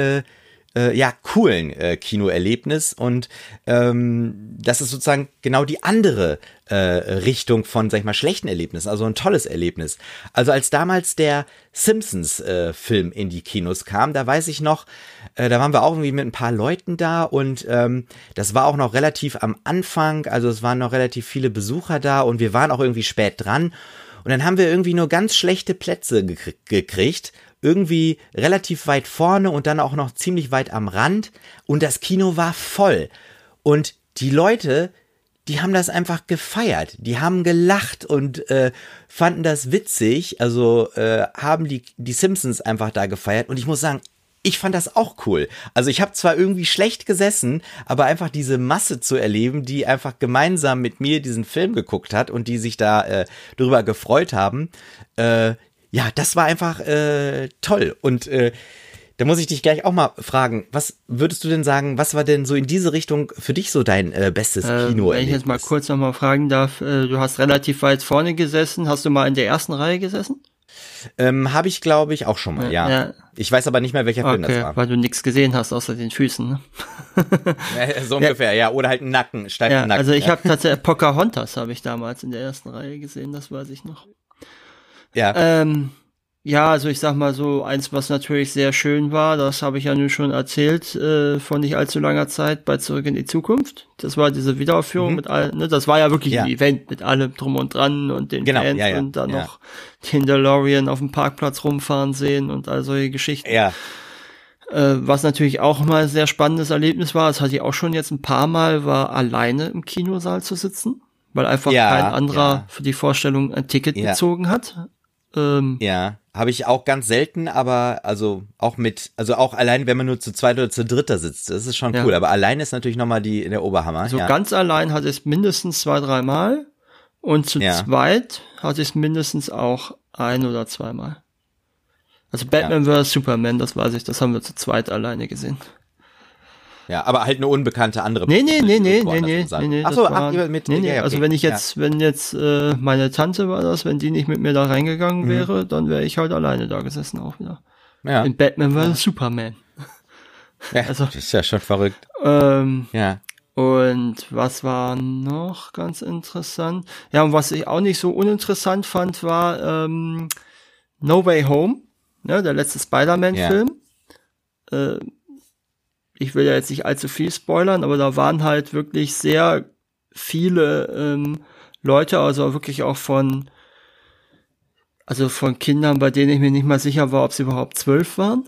coolen Kinoerlebnis und das ist sozusagen genau die andere Richtung von, sag ich mal, schlechten Erlebnissen, also ein tolles Erlebnis. Also als damals der Simpsons-Film in die Kinos kam, da weiß ich noch, da waren wir auch irgendwie mit ein paar Leuten da und das war auch noch relativ am Anfang, also es waren noch relativ viele Besucher da und wir waren auch irgendwie spät dran und dann haben wir irgendwie nur ganz schlechte Plätze gekriegt, irgendwie relativ weit vorne und dann auch noch ziemlich weit am Rand und das Kino war voll und die Leute, die haben das einfach gefeiert, die haben gelacht und fanden das witzig, also haben die Simpsons einfach da gefeiert und ich muss sagen, ich fand das auch cool. Also ich habe zwar irgendwie schlecht gesessen, aber einfach diese Masse zu erleben, die einfach gemeinsam mit mir diesen Film geguckt hat und die sich da drüber gefreut haben, ja, das war einfach toll. Und da muss ich dich gleich auch mal fragen, was würdest du denn sagen, was war denn so in diese Richtung für dich so dein bestes Kinoerlebnis? Wenn ich jetzt mal kurz noch mal fragen darf, du hast relativ weit vorne gesessen, hast du mal in der ersten Reihe gesessen? Habe ich, glaube ich, auch schon mal, ja. Ich weiß aber nicht mehr, welcher Film das war. Weil du nichts gesehen hast, außer den Füßen, ne? So ungefähr, ja. Oder halt einen Nacken, steifen Nacken. Also ich habe tatsächlich Pocahontas habe ich damals in der ersten Reihe gesehen, das weiß ich noch. Ja. Ja, also ich sag mal so, eins, was natürlich sehr schön war, das habe ich ja nun schon erzählt, vor nicht allzu langer Zeit bei Zurück in die Zukunft. Das war diese Wiederaufführung mit allen, ne? Das war ja wirklich ein Event mit allem drum und dran und den Fans und dann noch den DeLorean auf dem Parkplatz rumfahren sehen und all solche Geschichten. Ja. Was natürlich auch mal ein sehr spannendes Erlebnis war, das hatte ich auch schon jetzt ein paar Mal, war alleine im Kinosaal zu sitzen, weil einfach kein anderer für die Vorstellung ein Ticket gezogen hat. Habe ich auch ganz selten, aber also auch allein, wenn man nur zu zweit oder zu dritter sitzt, das ist schon cool, aber allein ist natürlich nochmal der Oberhammer. Also ganz allein hatte ich es mindestens 2-3 Mal und zu zweit hatte ich es mindestens auch 1 oder 2 Mal. Also Batman vs. Superman, das weiß ich, das haben wir zu zweit alleine gesehen. Ja, aber halt eine unbekannte andere Nee. Achso, also wenn jetzt meine Tante war das, wenn die nicht mit mir da reingegangen wäre, dann wäre ich halt alleine da gesessen auch wieder. Ja. In Batman vs. Superman. Ja, also, das ist ja schon verrückt. Ja. Und was war noch ganz interessant? Ja, und was ich auch nicht so uninteressant fand, war No Way Home, ne, der letzte Spider-Man-Film. Ich will ja jetzt nicht allzu viel spoilern, aber da waren halt wirklich sehr viele Leute, also wirklich auch von Kindern, bei denen ich mir nicht mal sicher war, ob sie überhaupt 12 waren,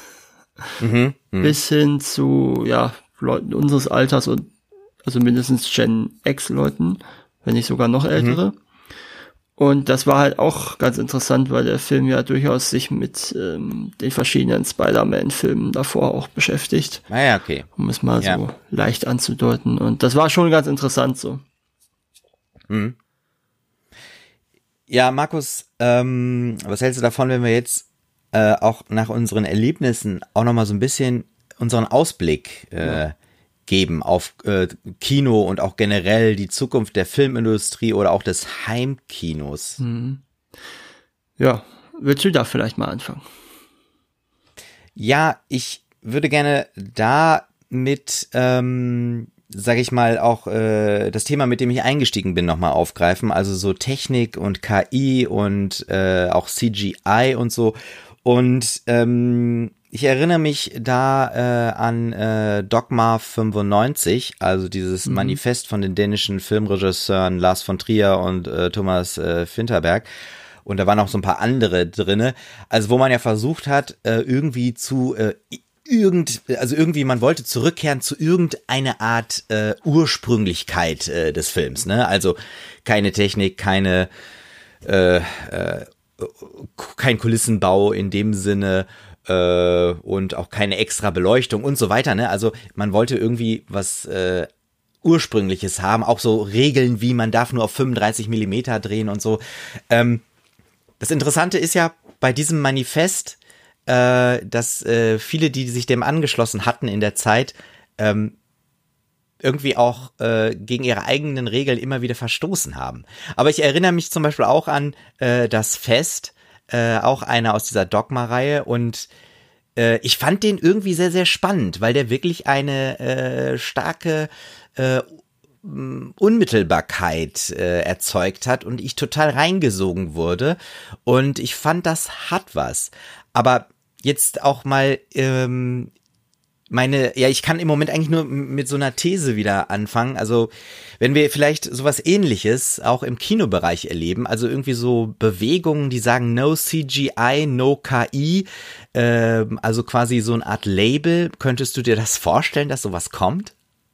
bis hin zu Leuten unseres Alters und also mindestens Gen X Leuten, wenn nicht sogar noch ältere. Und das war halt auch ganz interessant, weil der Film ja durchaus sich mit den verschiedenen Spider-Man-Filmen davor auch beschäftigt. Ah ja, okay. Um es mal so leicht anzudeuten. Und das war schon ganz interessant so. Ja, Markus, was hältst du davon, wenn wir jetzt auch nach unseren Erlebnissen auch nochmal so ein bisschen unseren Ausblick geben auf Kino und auch generell die Zukunft der Filmindustrie oder auch des Heimkinos. Ja, willst du da vielleicht mal anfangen? Ja, ich würde gerne da mit, sage ich mal, auch das Thema, mit dem ich eingestiegen bin, nochmal aufgreifen. Also so Technik und KI und auch CGI und so. Und ich erinnere mich da an Dogma 95, also dieses Manifest von den dänischen Filmregisseuren Lars von Trier und Thomas Vinterberg. und da waren auch so ein paar andere drinne, also wo man ja versucht hat, irgendwie man wollte zurückkehren zu irgendeiner Art Ursprünglichkeit des Films, ne? Also keine Technik, kein Kulissenbau in dem Sinne und auch keine extra Beleuchtung und so weiter, ne? Also man wollte irgendwie was Ursprüngliches haben, auch so Regeln wie man darf nur auf 35 Millimeter drehen und so. Das Interessante ist ja bei diesem Manifest, dass viele, die sich dem angeschlossen hatten in der Zeit, irgendwie auch gegen ihre eigenen Regeln immer wieder verstoßen haben. Aber ich erinnere mich zum Beispiel auch an das Fest, auch einer aus dieser Dogma-Reihe, und ich fand den irgendwie sehr, sehr spannend, weil der wirklich eine starke Unmittelbarkeit erzeugt hat und ich total reingesogen wurde und ich fand, das hat was. Aber jetzt auch mal ich kann im Moment eigentlich nur mit so einer These wieder anfangen. Also wenn wir vielleicht sowas Ähnliches auch im Kinobereich erleben, also irgendwie so Bewegungen, die sagen no CGI, no KI, also quasi so eine Art Label, könntest du dir das vorstellen, dass sowas kommt?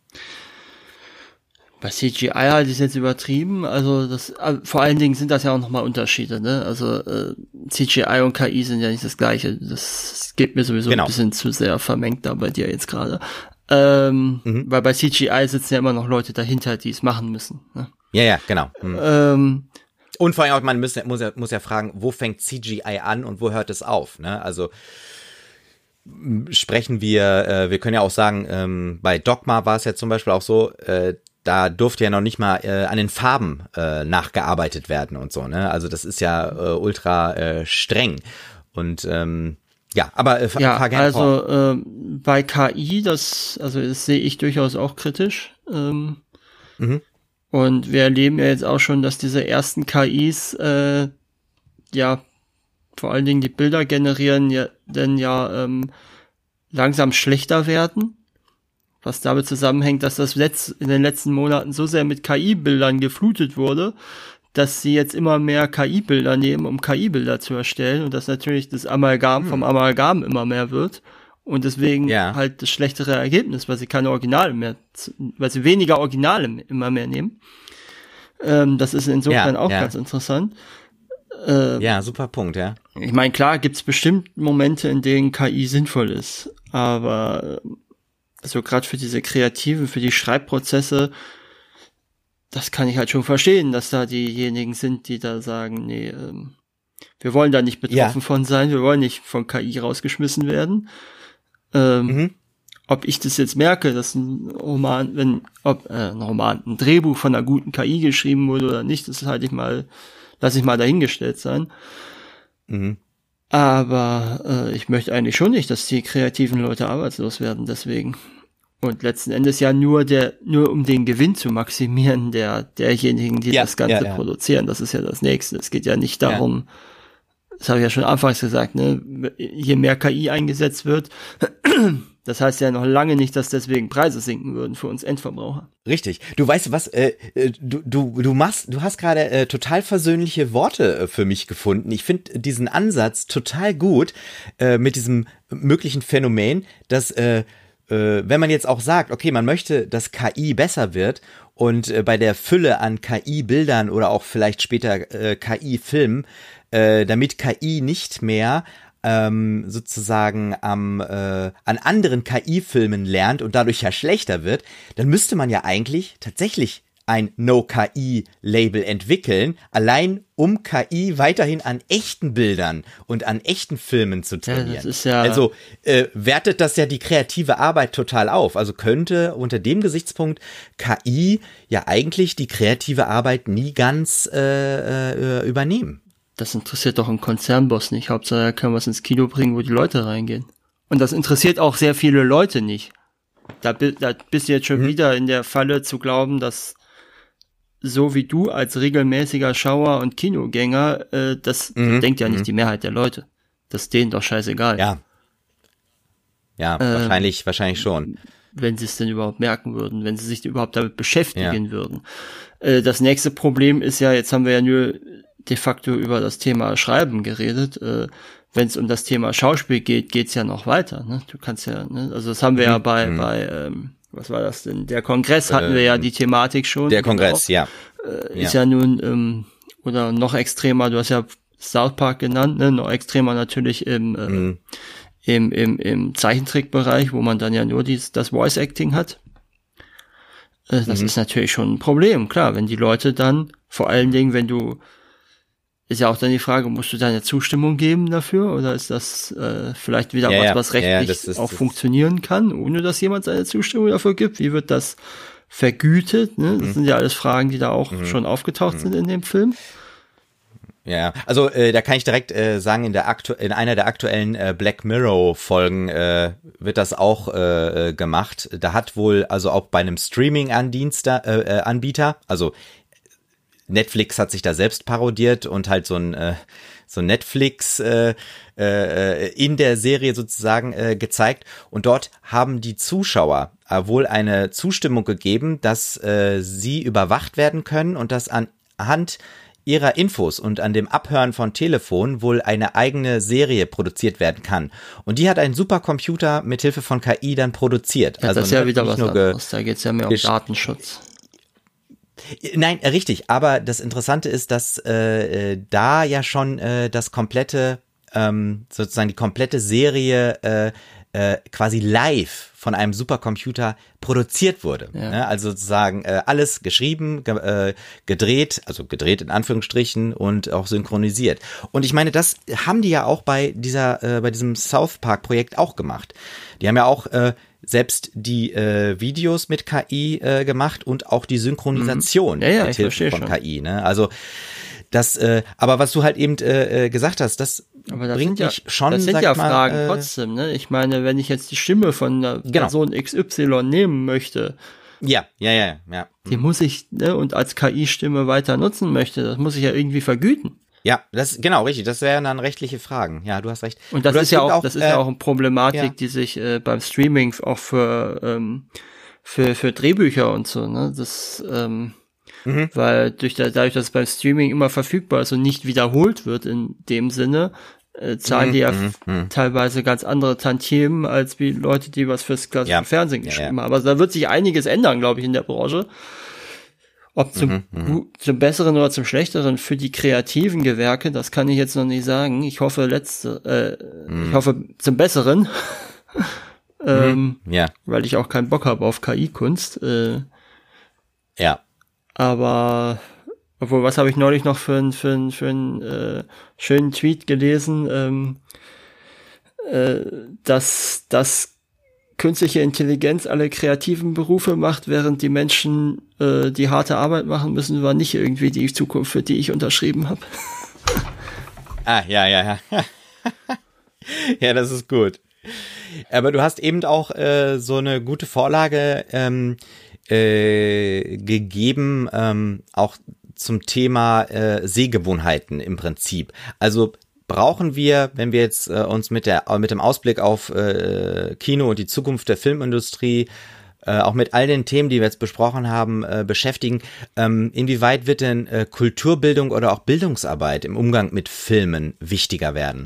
Bei CGI halte ich es jetzt übertrieben, also vor allen Dingen sind das ja auch nochmal Unterschiede, ne? Also CGI und KI sind ja nicht das Gleiche. Das geht mir sowieso ein bisschen zu sehr vermengt da bei dir jetzt gerade. Weil bei CGI sitzen ja immer noch Leute dahinter, die es machen müssen. Ne? Ja, genau. Und vor allem auch, man muss ja fragen, wo fängt CGI an und wo hört es auf? Ne? Also sprechen wir können ja auch sagen, bei Dogma war es ja zum Beispiel auch so, da durfte ja noch nicht mal an den Farben nachgearbeitet werden und so, ne? Also das ist ja ultra streng. Und aber fahr gerne vor. Bei KI, das sehe ich durchaus auch kritisch. Und wir erleben ja jetzt auch schon, dass diese ersten KIs vor allen Dingen die Bilder generieren, langsam schlechter werden. Was damit zusammenhängt, dass das in den letzten Monaten so sehr mit KI-Bildern geflutet wurde, dass sie jetzt immer mehr KI-Bilder nehmen, um KI-Bilder zu erstellen und dass natürlich das Amalgam vom Amalgam immer mehr wird und deswegen halt das schlechtere Ergebnis, weil sie keine Originale mehr, weil sie weniger Originale immer mehr nehmen. Das ist insofern auch ganz interessant. Super Punkt, ja. Ich meine, klar gibt's bestimmt Momente, in denen KI sinnvoll ist, aber also gerade für diese Kreativen, für die Schreibprozesse, das kann ich halt schon verstehen, dass da diejenigen sind, die da sagen, nee, wir wollen da nicht betroffen von sein, wir wollen nicht von KI rausgeschmissen werden. Ob ich das jetzt merke, dass ein Drehbuch von einer guten KI geschrieben wurde oder nicht, das lasse ich mal dahingestellt sein. Aber ich möchte eigentlich schon nicht, dass die kreativen Leute arbeitslos werden, deswegen. Und letzten Endes ja nur um den Gewinn zu maximieren derjenigen, die das Ganze produzieren. Das ist ja das Nächste. Es geht ja nicht darum, das habe ich ja schon anfangs gesagt, ne, je mehr KI eingesetzt wird, das heißt ja noch lange nicht, dass deswegen Preise sinken würden für uns Endverbraucher. Richtig. Du weißt was, du hast gerade total versöhnliche Worte für mich gefunden. Ich finde diesen Ansatz total gut mit diesem möglichen Phänomen, dass wenn man jetzt auch sagt, okay, man möchte, dass KI besser wird und bei der Fülle an KI-Bildern oder auch vielleicht später KI-Filmen, damit KI nicht mehr sozusagen an anderen KI-Filmen lernt und dadurch ja schlechter wird, dann müsste man ja eigentlich tatsächlich ein No-KI-Label entwickeln, allein um KI weiterhin an echten Bildern und an echten Filmen zu trainieren. Das ist ja also wertet das ja die kreative Arbeit total auf. Also könnte unter dem Gesichtspunkt KI ja eigentlich die kreative Arbeit nie ganz übernehmen. Das interessiert doch einen Konzernboss nicht. Hauptsache, er kann was ins Kino bringen, wo die Leute reingehen. Und das interessiert auch sehr viele Leute nicht. Da bist du jetzt schon wieder in der Falle zu glauben, dass so wie du als regelmäßiger Schauer und Kinogänger, das denkt ja nicht die Mehrheit der Leute. Das ist denen doch scheißegal. Ja, wahrscheinlich schon. Wenn sie es denn überhaupt merken würden, wenn sie sich überhaupt damit beschäftigen würden. Das nächste Problem ist ja, jetzt haben wir ja nur de facto über das Thema Schreiben geredet. Wenn es um das Thema Schauspiel geht, geht's ja noch weiter. Ne? Du kannst ja, ne? Also das haben wir ja bei was war das denn? Der Kongress hatten wir ja die Thematik schon. Der Kongress, genau. Ist ja nun, oder noch extremer, du hast ja South Park genannt, ne? Noch extremer natürlich im Zeichentrickbereich, wo man dann ja nur das Voice Acting hat. Das ist natürlich schon ein Problem, klar, wenn die Leute dann, vor allen Dingen, ist ja auch dann die Frage, musst du deine Zustimmung geben dafür, oder ist das vielleicht wieder was rechtlich auch funktionieren kann, ohne dass jemand seine Zustimmung dafür gibt? Wie wird das vergütet? Ne? Das sind ja alles Fragen, die da auch schon aufgetaucht sind in dem Film. Ja, also da kann ich direkt sagen, in einer der aktuellen Black Mirror Folgen wird das auch gemacht. Da hat wohl also auch bei einem Streaming-Anbieter, also Netflix hat sich da selbst parodiert und halt so ein Netflix in der Serie sozusagen gezeigt, und dort haben die Zuschauer wohl eine Zustimmung gegeben, dass sie überwacht werden können und dass anhand ihrer Infos und an dem Abhören von Telefon wohl eine eigene Serie produziert werden kann. Und die hat ein Supercomputer mit Hilfe von KI dann produziert. Ja, also das ist ja wieder was anderes. Da geht es ja mehr um Datenschutz. Nein, richtig. Aber das Interessante ist, dass da ja schon das komplette, sozusagen die komplette Serie quasi live von einem Supercomputer produziert wurde. Ja. Ne? Also sozusagen alles geschrieben, gedreht, also gedreht in Anführungsstrichen, und auch synchronisiert. Und ich meine, das haben die ja auch bei diesem South Park Projekt auch gemacht. Die haben ja auch selbst die Videos mit KI gemacht und auch die Synchronisation mit Hilfe von KI. Ne? Also das, aber was du halt eben gesagt hast, das bringt mich schon, das sind ja Fragen trotzdem, ne? Ich meine, wenn ich jetzt die Stimme von einer Person XY nehmen möchte, ja. die muss ich, ne, und als KI-Stimme weiter nutzen möchte, das muss ich ja irgendwie vergüten. Ja, das genau richtig. Das wären dann rechtliche Fragen. Ja, du hast recht. Und das ist ja auch eine Problematik, die sich beim Streaming auch für Drehbücher und so, ne, das weil dadurch, dass es beim Streaming immer verfügbar ist und nicht wiederholt wird in dem Sinne, zahlen die ja teilweise ganz andere Tantiemen als wie Leute, die was fürs klassische Fernsehen geschrieben haben. Aber da wird sich einiges ändern, glaube ich, in der Branche. Ob zum Besseren oder zum Schlechteren für die kreativen Gewerke, das kann ich jetzt noch nicht sagen. Ich hoffe ich hoffe zum Besseren, weil ich auch keinen Bock habe auf KI-Kunst. Aber, obwohl, was habe ich neulich noch für einen schönen Tweet gelesen, dass künstliche Intelligenz alle kreativen Berufe macht, während die Menschen, die harte Arbeit machen müssen, war nicht irgendwie die Zukunft, für die ich unterschrieben habe. Ja, das ist gut. Aber du hast eben auch so eine gute Vorlage gegeben, auch zum Thema Sehgewohnheiten im Prinzip. Also brauchen wir, wenn wir jetzt uns mit dem Ausblick auf Kino und die Zukunft der Filmindustrie, auch mit all den Themen, die wir jetzt besprochen haben, beschäftigen, inwieweit wird denn Kulturbildung oder auch Bildungsarbeit im Umgang mit Filmen wichtiger werden?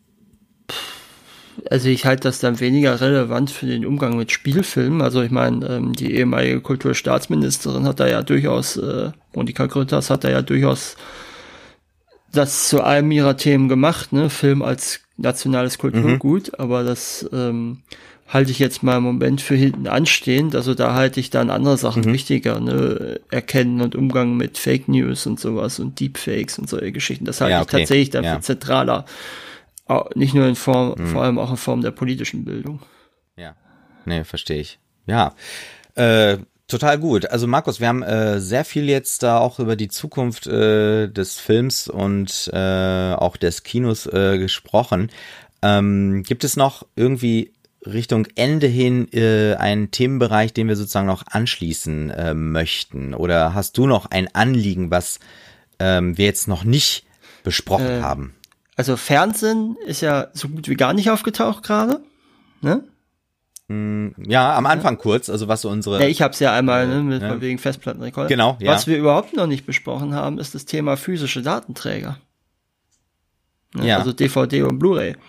Also ich halte das dann weniger relevant für den Umgang mit Spielfilmen. Also ich meine, die ehemalige Kulturstaatsministerin hat da ja durchaus, Monika Grütters hat da ja durchaus das zu einem ihrer Themen gemacht, ne? Film als nationales Kulturgut, aber das halte ich jetzt mal im Moment für hinten anstehend. Also da halte ich dann andere Sachen wichtiger, ne? Erkennen und Umgang mit Fake News und sowas und Deepfakes und solche Geschichten. Das halte ich tatsächlich dann für zentraler. Nicht nur in Form, vor allem auch in Form der politischen Bildung. Ja, nee, verstehe ich. Ja, total gut. Also Markus, wir haben sehr viel jetzt da auch über die Zukunft des Films und auch des Kinos gesprochen. Gibt es noch irgendwie Richtung Ende hin einen Themenbereich, den wir sozusagen noch anschließen möchten? Oder hast du noch ein Anliegen, was wir jetzt noch nicht besprochen haben? Also Fernsehen ist ja so gut wie gar nicht aufgetaucht gerade, ne? Ja, am Anfang kurz, also was so unsere... Ja, ich hab's ja einmal, mit wegen Festplattenrekorder. Genau, ja. Was wir überhaupt noch nicht besprochen haben, ist das Thema physische Datenträger. Ja. Also DVD und Blu-ray.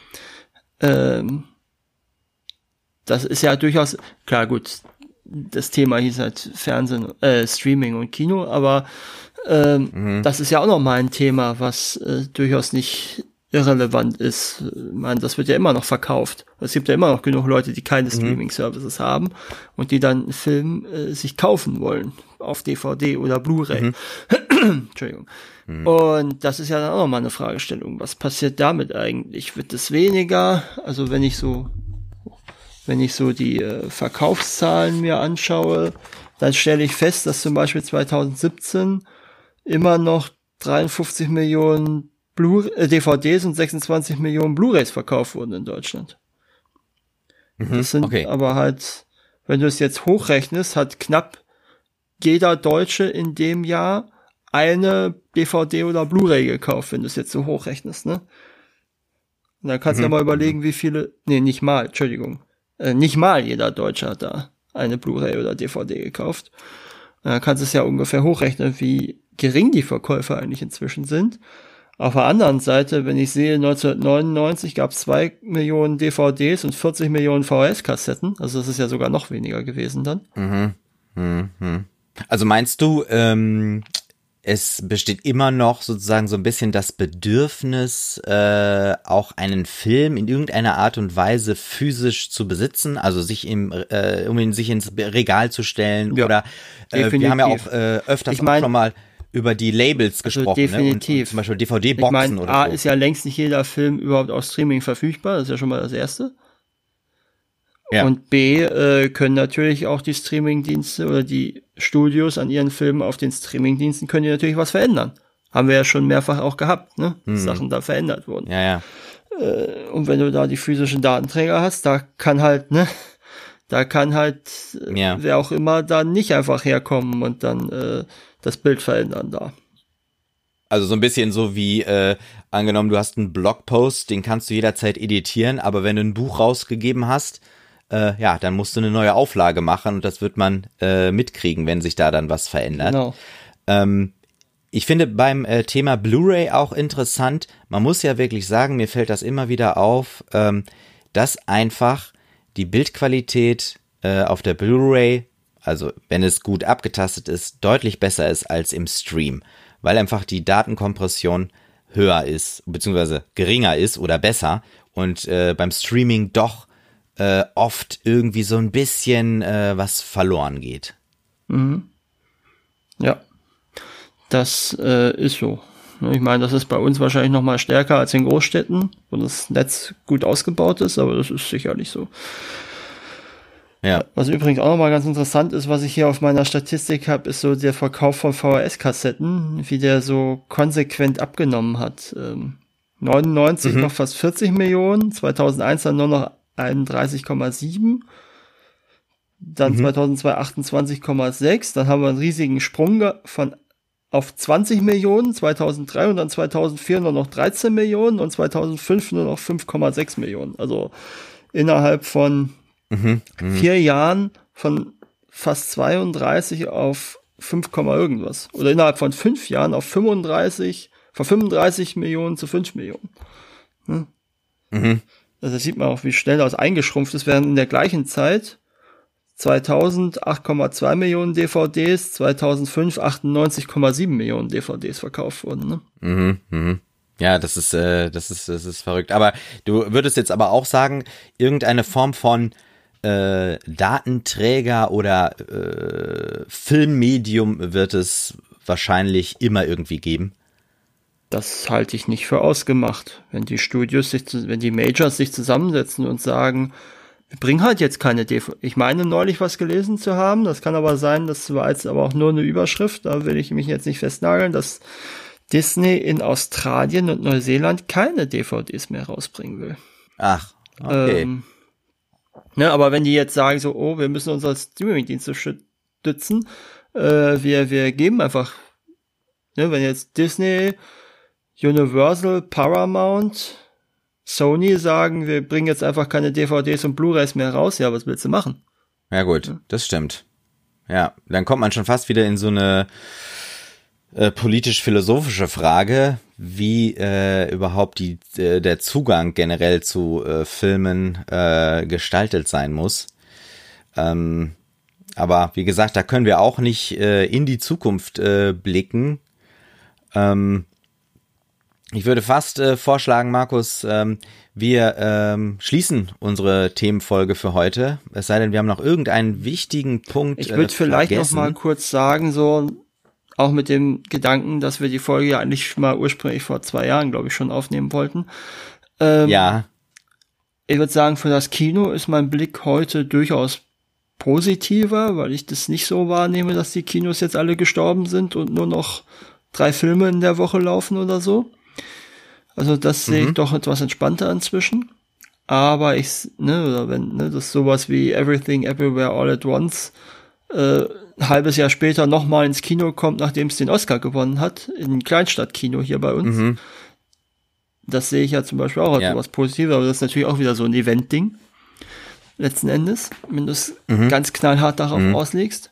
Das ist ja durchaus, klar, gut, das Thema hieß halt Fernsehen, Streaming und Kino, aber das ist ja auch noch mal ein Thema, was durchaus nicht irrelevant ist. Ich meine, das wird ja immer noch verkauft. Es gibt ja immer noch genug Leute, die keine Streaming-Services haben und die dann einen Film sich kaufen wollen auf DVD oder Blu-ray. Entschuldigung. Und das ist ja dann auch nochmal eine Fragestellung. Was passiert damit eigentlich? Wird es weniger? Also wenn ich so die Verkaufszahlen mir anschaue, dann stelle ich fest, dass zum Beispiel 2017 immer noch 53 Millionen DVDs und 26 Millionen Blu-rays verkauft wurden in Deutschland. Das sind aber halt, wenn du es jetzt hochrechnest, hat knapp jeder Deutsche in dem Jahr eine DVD oder Blu-ray gekauft, wenn du es jetzt so hochrechnest, ne? Und dann kannst du ja mal überlegen, wie viele, nicht mal jeder Deutsche hat da eine Blu-ray oder DVD gekauft. Und dann kannst du es ja ungefähr hochrechnen, wie gering die Verkäufe eigentlich inzwischen sind. Auf der anderen Seite, wenn ich sehe, 1999 gab es 2 Millionen DVDs und 40 Millionen VHS-Kassetten. Also das ist ja sogar noch weniger gewesen dann. Also meinst du, es besteht immer noch sozusagen so ein bisschen das Bedürfnis, auch einen Film in irgendeiner Art und Weise physisch zu besitzen, also sich um sich ins Regal zu stellen, oder wir haben ja auch öfters auch schon mal über die Labels gesprochen, definitiv. Ne? Und zum Beispiel DVD-Boxen oder so. Ist ja längst nicht jeder Film überhaupt auf Streaming verfügbar, das ist ja schon mal das Erste. Ja. Und B, können natürlich auch die Streamingdienste oder die Studios an ihren Filmen auf den Streamingdiensten können die natürlich was verändern. Haben wir ja schon mehrfach auch gehabt, ne? Sachen da verändert wurden. Ja. Und wenn du da die physischen Datenträger hast, da kann halt wer auch immer da nicht einfach herkommen und dann das Bild verändern da. Also so ein bisschen so wie, angenommen, du hast einen Blogpost, den kannst du jederzeit editieren, aber wenn du ein Buch rausgegeben hast, dann musst du eine neue Auflage machen und das wird man mitkriegen, wenn sich da dann was verändert. Genau. Ich finde beim Thema Blu-ray auch interessant, man muss ja wirklich sagen, mir fällt das immer wieder auf, dass einfach die Bildqualität auf der Blu-ray, also wenn es gut abgetastet ist, deutlich besser ist als im Stream, weil einfach die Datenkompression höher ist, beziehungsweise geringer ist oder besser und beim Streaming doch oft irgendwie so ein bisschen was verloren geht. Ja, das ist so. Ich meine, das ist bei uns wahrscheinlich noch mal stärker als in Großstädten, wo das Netz gut ausgebaut ist, aber das ist sicherlich so. Ja. Was übrigens auch nochmal ganz interessant ist, was ich hier auf meiner Statistik habe, ist so der Verkauf von VHS-Kassetten, wie der so konsequent abgenommen hat. 99 noch fast 40 Millionen, 2001 dann nur noch 31,7, dann 2002 28,6, dann haben wir einen riesigen Sprung auf 20 Millionen, 2003 und dann 2004 nur noch 13 Millionen und 2005 nur noch 5,6 Millionen. Also innerhalb von 4 Jahren von fast 32 auf 5, irgendwas. Oder innerhalb von 5 Jahren auf 35, von 35 Millionen zu 5 Millionen. Also da sieht man auch, wie schnell das eingeschrumpft ist, während in der gleichen Zeit 2000 8,2 Millionen DVDs, 2005 98,7 Millionen DVDs verkauft wurden. Ne? Ja, das ist verrückt. Aber du würdest jetzt aber auch sagen, irgendeine Form von Datenträger oder Filmmedium wird es wahrscheinlich immer irgendwie geben. Das halte ich nicht für ausgemacht. Wenn die Majors sich zusammensetzen und sagen, wir bringen halt jetzt keine DVD. Ich meine neulich was gelesen zu haben, das kann aber sein, das war jetzt aber auch nur eine Überschrift, da will ich mich jetzt nicht festnageln, dass Disney in Australien und Neuseeland keine DVDs mehr rausbringen will. Ach, okay. Aber wenn die jetzt sagen so, wir müssen uns als Streaming-Dienste stützen, wir geben einfach, wenn jetzt Disney, Universal, Paramount, Sony sagen, wir bringen jetzt einfach keine DVDs und Blu-rays mehr raus. Ja, was willst du machen? Ja gut, das stimmt. Ja, dann kommt man schon fast wieder in so eine politisch-philosophische Frage, wie überhaupt der Zugang generell zu Filmen gestaltet sein muss. Aber wie gesagt, da können wir auch nicht in die Zukunft blicken. Ich würde fast vorschlagen, Markus, wir schließen unsere Themenfolge für heute. Es sei denn, wir haben noch irgendeinen wichtigen Punkt Ich würde vielleicht noch mal kurz sagen, so auch mit dem Gedanken, dass wir die Folge ja eigentlich mal ursprünglich vor 2 Jahren, glaube ich, schon aufnehmen wollten. Ja. Ich würde sagen, für das Kino ist mein Blick heute durchaus positiver, weil ich das nicht so wahrnehme, dass die Kinos jetzt alle gestorben sind und nur noch 3 Filme in der Woche laufen oder so. Also das sehe ich doch etwas entspannter inzwischen. Aber das sowas wie Everything Everywhere All at Once ein halbes Jahr später nochmal ins Kino kommt, nachdem es den Oscar gewonnen hat, in ein Kleinstadtkino hier bei uns. Das sehe ich ja zum Beispiel auch als etwas Positives, aber das ist natürlich auch wieder so ein Event-Ding. Letzten Endes, wenn du es ganz knallhart darauf auslegst.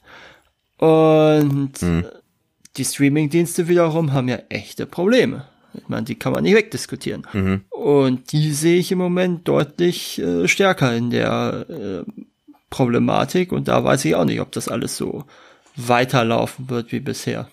Und die Streaming-Dienste wiederum haben ja echte Probleme. Ich meine, die kann man nicht wegdiskutieren. Und die sehe ich im Moment deutlich stärker in der Problematik. Und da weiß ich auch nicht, ob das alles so weiterlaufen wird wie bisher.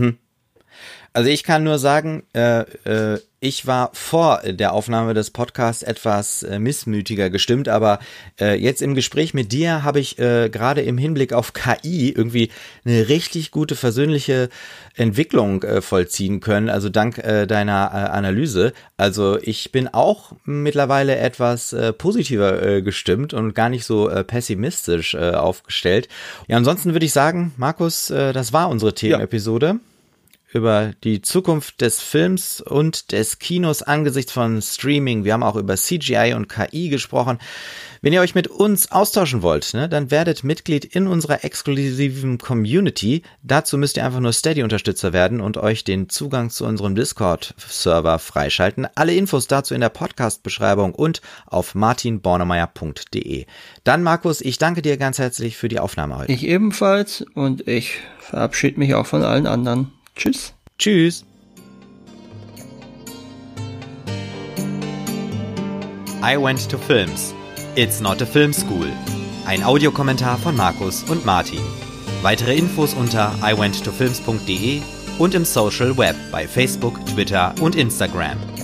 Also ich kann nur sagen, ich war vor der Aufnahme des Podcasts etwas missmütiger gestimmt, aber jetzt im Gespräch mit dir habe ich gerade im Hinblick auf KI irgendwie eine richtig gute versöhnliche Entwicklung vollziehen können, also dank deiner Analyse. Also ich bin auch mittlerweile etwas positiver gestimmt und gar nicht so pessimistisch aufgestellt. Ja, ansonsten würde ich sagen, Markus, das war unsere Themenepisode. Über die Zukunft des Films und des Kinos angesichts von Streaming. Wir haben auch über CGI und KI gesprochen. Wenn ihr euch mit uns austauschen wollt, dann werdet Mitglied in unserer exklusiven Community. Dazu müsst ihr einfach nur Steady-Unterstützer werden und euch den Zugang zu unserem Discord-Server freischalten. Alle Infos dazu in der Podcast-Beschreibung und auf martinbornemeyer.de. Dann, Markus, ich danke dir ganz herzlich für die Aufnahme heute. Ich ebenfalls und ich verabschiede mich auch von allen anderen. Tschüss. Tschüss. I went to films. It's not a film school. Ein Audiokommentar von Markus und Martin. Weitere Infos unter iwenttofilms.de und im Social Web bei Facebook, Twitter und Instagram.